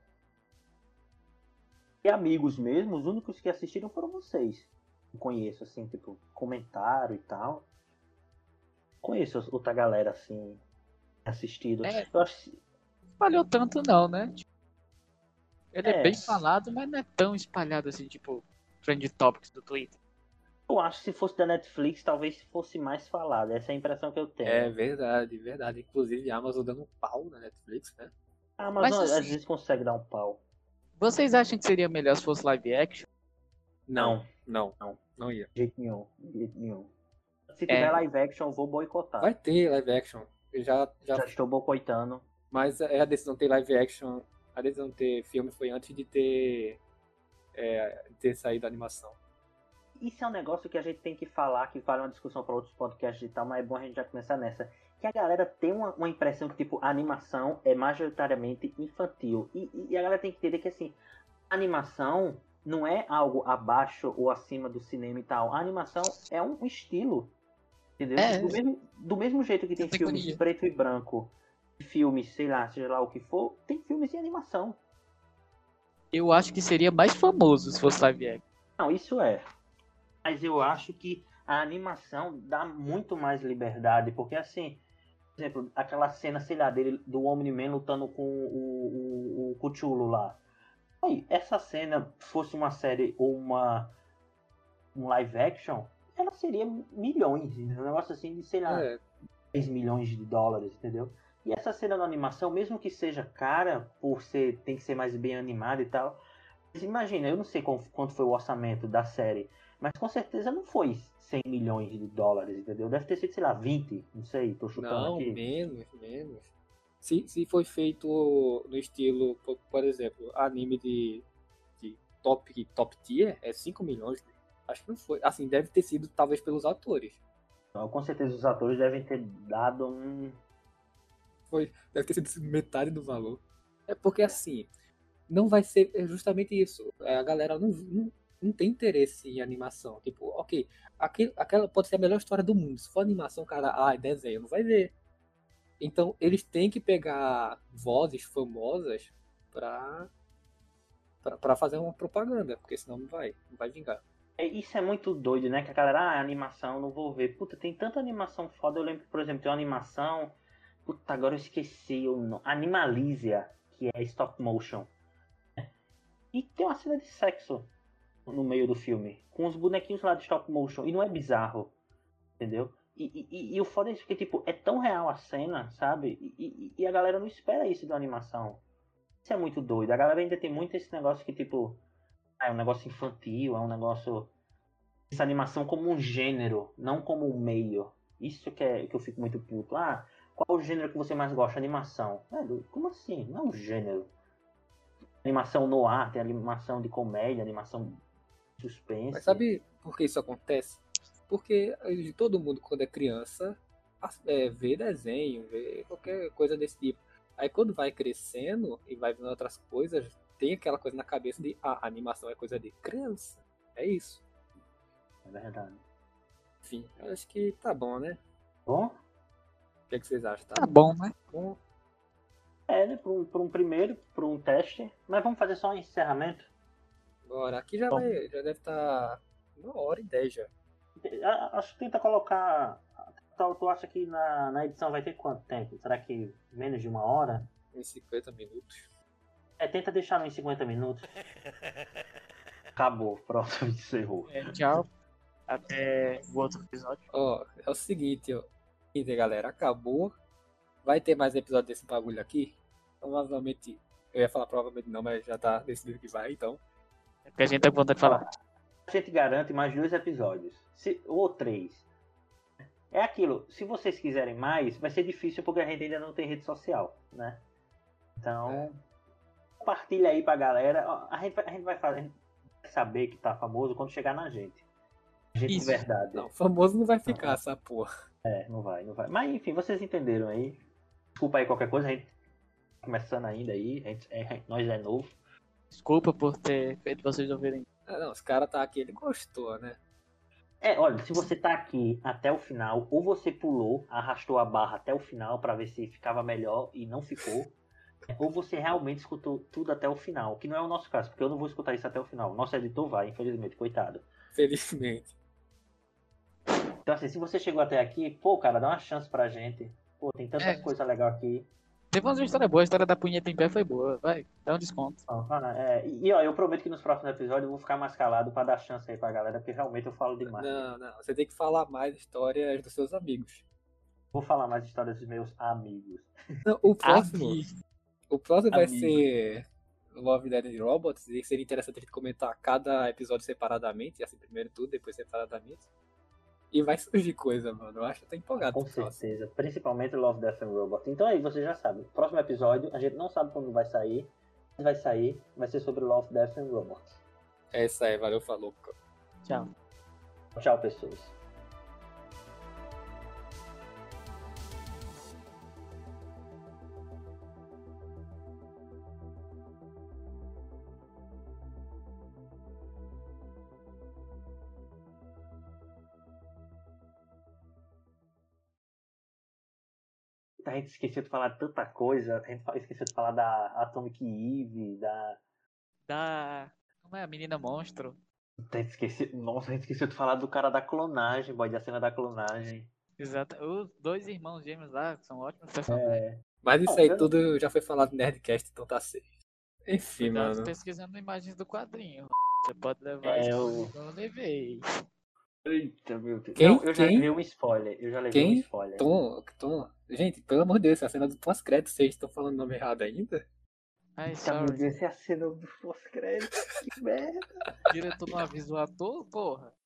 E amigos mesmo, os únicos que assistiram foram vocês. Eu conheço, assim, tipo, comentário e tal. Conheço outra galera, assim, assistido. É. Eu acho que... Espalhou tanto não, né? Tipo, ele é. É. bem falado, mas não é tão espalhado assim, tipo, Trend Topics do Twitter. Eu acho que se fosse da Netflix, talvez fosse mais falado. Essa é a impressão que eu tenho. É verdade, verdade. Inclusive a Amazon dando um pau na Netflix, né? A Amazon Mas, assim, às vezes consegue dar um pau. Vocês acham que seria melhor se fosse live action? Não, não, Não. não ia. De jeito nenhum. De jeito nenhum. Se É. tiver live action, eu vou boicotar. Vai ter live action. Eu já, já, Já estou boicotando. mas é a decisão de ter live action, a decisão de ter filme foi antes de ter, é, de ter saído a animação. Isso é um negócio que a gente tem que falar, que vale uma discussão para outros podcasts e tal, mas é bom a gente já começar nessa. Que a galera tem uma, uma impressão que, tipo, a animação é majoritariamente infantil. E, e, e a galera tem que entender que, assim, a animação não é algo abaixo ou acima do cinema e tal. A animação é um estilo, entendeu? É. Do, mesmo, do mesmo jeito que tem Categoria. filmes preto e branco, filmes, sei lá, seja lá o que for, tem filmes de animação. Eu acho que seria mais famoso se fosse live action. Não, isso é. Mas eu acho que a animação dá muito mais liberdade, porque assim, por exemplo, aquela cena, sei lá, dele, do Omni-Man lutando com o, o, o Cthulhu lá. Aí, essa cena fosse uma série ou uma um live action, ela seria milhões, um negócio assim de, sei lá, É, dez milhões de dólares, entendeu? E essa cena da animação, mesmo que seja cara, por ser, tem que ser mais bem animada e tal, mas imagina, eu não sei qual- quanto foi o orçamento da série, mas com certeza não foi cem milhões de dólares, entendeu? Deve ter sido, sei lá, vinte, não sei, tô chutando não, aqui. menos, menos. Se, se foi feito no estilo, por, por exemplo, anime de, de top, top tier, é cinco milhões. Acho que não foi. Assim, deve ter sido talvez pelos atores. Então, com certeza os atores devem ter dado um... Foi, deve ter sido metade do valor. É porque assim, não vai ser é justamente isso. É, a galera não, não, não tem interesse em animação. Tipo, ok, aquele, aquela pode ser a melhor história do mundo. Se for animação, cara, ah, é desenho, não vai ver. Então, eles têm que pegar vozes famosas pra, pra, pra fazer uma propaganda, porque senão não vai, não vai vingar. É, isso é muito doido, né? Que a galera, ah, animação, não vou ver. Puta, tem tanta animação foda. Eu lembro que, por exemplo, tem uma animação... Puta, agora eu esqueci o nome. Animalizia, que é stop motion. E tem uma cena de sexo no meio do filme, com os bonequinhos lá de stop motion. E não é bizarro, entendeu? E, e, e o foda é isso, porque, tipo, é tão real a cena, sabe? E, e, e a galera não espera isso de uma animação. Isso é muito doido. A galera ainda tem muito esse negócio que, tipo... Ah, é um negócio infantil, é um negócio... Essa animação como um gênero, não como um meio. Isso que, é, que eu fico muito puto. Ah, qual o gênero que você mais gosta? Animação. Velho, como assim? Não é um gênero. Animação no ar, tem animação de comédia, animação de suspense. Mas sabe por que isso acontece? Porque eh, todo mundo, quando é criança, as- é, vê desenho, vê qualquer coisa desse tipo. Aí quando vai crescendo e vai vendo outras coisas, tem aquela coisa na cabeça de ah, animação é coisa de criança. É isso. É verdade. Enfim, eu acho que tá bom, né? Bom, O que, é que vocês acham? Tá Tá bom, né? bom? é, né? Por um, por um primeiro, por um teste. Mas vamos fazer só um encerramento. Bora. Aqui já, Bom. vai, já deve estar uma hora e dez já. A- Acho que tenta colocar... Tu, tu acha que na, na edição vai ter quanto tempo? Será que menos de uma hora? Em cinquenta minutos. É, tenta deixar em cinquenta minutos. Acabou, pronto, encerrou. É, tchau. Até o outro episódio. Ó, é o seguinte, ó. Seguinte, galera, acabou. Vai ter mais episódio desse bagulho aqui. Provavelmente, eu ia falar provavelmente não, mas já tá decidido que vai, então. É porque a gente tá com vontade de falar. A gente garante mais dois episódios. Se, ou três. É aquilo, se vocês quiserem mais, vai ser difícil porque a gente ainda não tem rede social, né? Então, É. compartilha aí pra galera. Ó, A gente, vai- a gente vai fazer, a gente vai saber que tá famoso quando chegar na gente. Gente de Isso. verdade. Não, famoso não vai ficar essa porra. É, não vai, não vai. Mas enfim, vocês entenderam aí. Desculpa aí qualquer coisa, a gente tá começando ainda aí, a gente, é, nós é novo. Desculpa por ter feito vocês ouvirem. Ah, não, os caras tá aqui, ele gostou, né? É, olha, se você tá aqui até o final, ou você pulou, arrastou a barra até o final pra ver se ficava melhor e não ficou, ou você realmente escutou tudo até o final, que não é o nosso caso, porque eu não vou escutar isso até o final. Nosso editor vai, infelizmente, coitado. Felizmente. Então assim, se você chegou até aqui, pô, cara, dá uma chance pra gente. Pô, tem tanta É. coisa legal aqui. Teve uma história boa, a história da punheta em pé foi boa. Vai, dá um desconto. Ó, ah, é, e ó, eu prometo que nos próximos episódios eu vou ficar mais calado pra dar chance aí pra galera, porque realmente eu falo demais. Não, não, você tem que falar mais histórias dos seus amigos. Vou falar mais histórias dos meus amigos. Não, o próximo, Aqui. o próximo vai Amigo. ser Love, Death and Robots, e seria interessante a gente comentar cada episódio separadamente, assim, primeiro tudo, depois separadamente. E vai surgir coisa, mano. Eu acho que eu tô empolgado. Com certeza. Próximo. Principalmente Love, Death and Robots. Então aí, você já sabe. Próximo episódio, a gente não sabe quando vai sair. Quando vai sair, vai ser sobre Love, Death and Robots. É isso aí, valeu, falou. Tchau. Tchau, pessoas. A gente esqueceu de falar de tanta coisa. A gente esqueceu de falar da Atomic Eve, da... Da... Como é? A Menina Monstro. A gente esqueceu... Nossa, a gente esqueceu de falar do cara da clonagem, boy, da cena da clonagem. Exato. Os dois irmãos gêmeos lá são ótimos personagens. É... Mas isso Não, aí eu... tudo já foi falado no Nerdcast, então tá certo. Enfim, Cuidado mano. pesquisando imagens do quadrinho. Você pode levar É, isso eu... que eu levei. Eita, meu Deus. Quem? Não, eu já Quem? levei um spoiler. Eu já levei Quem? um spoiler. Tom, Tom. Gente, pelo amor de Deus, a cena do pós-crédito, vocês estão falando o nome errado ainda? Ai, Eita, meu sorry. Deus, essa é a cena do pós-crédito. Que merda. O diretor não avisa o ator, porra.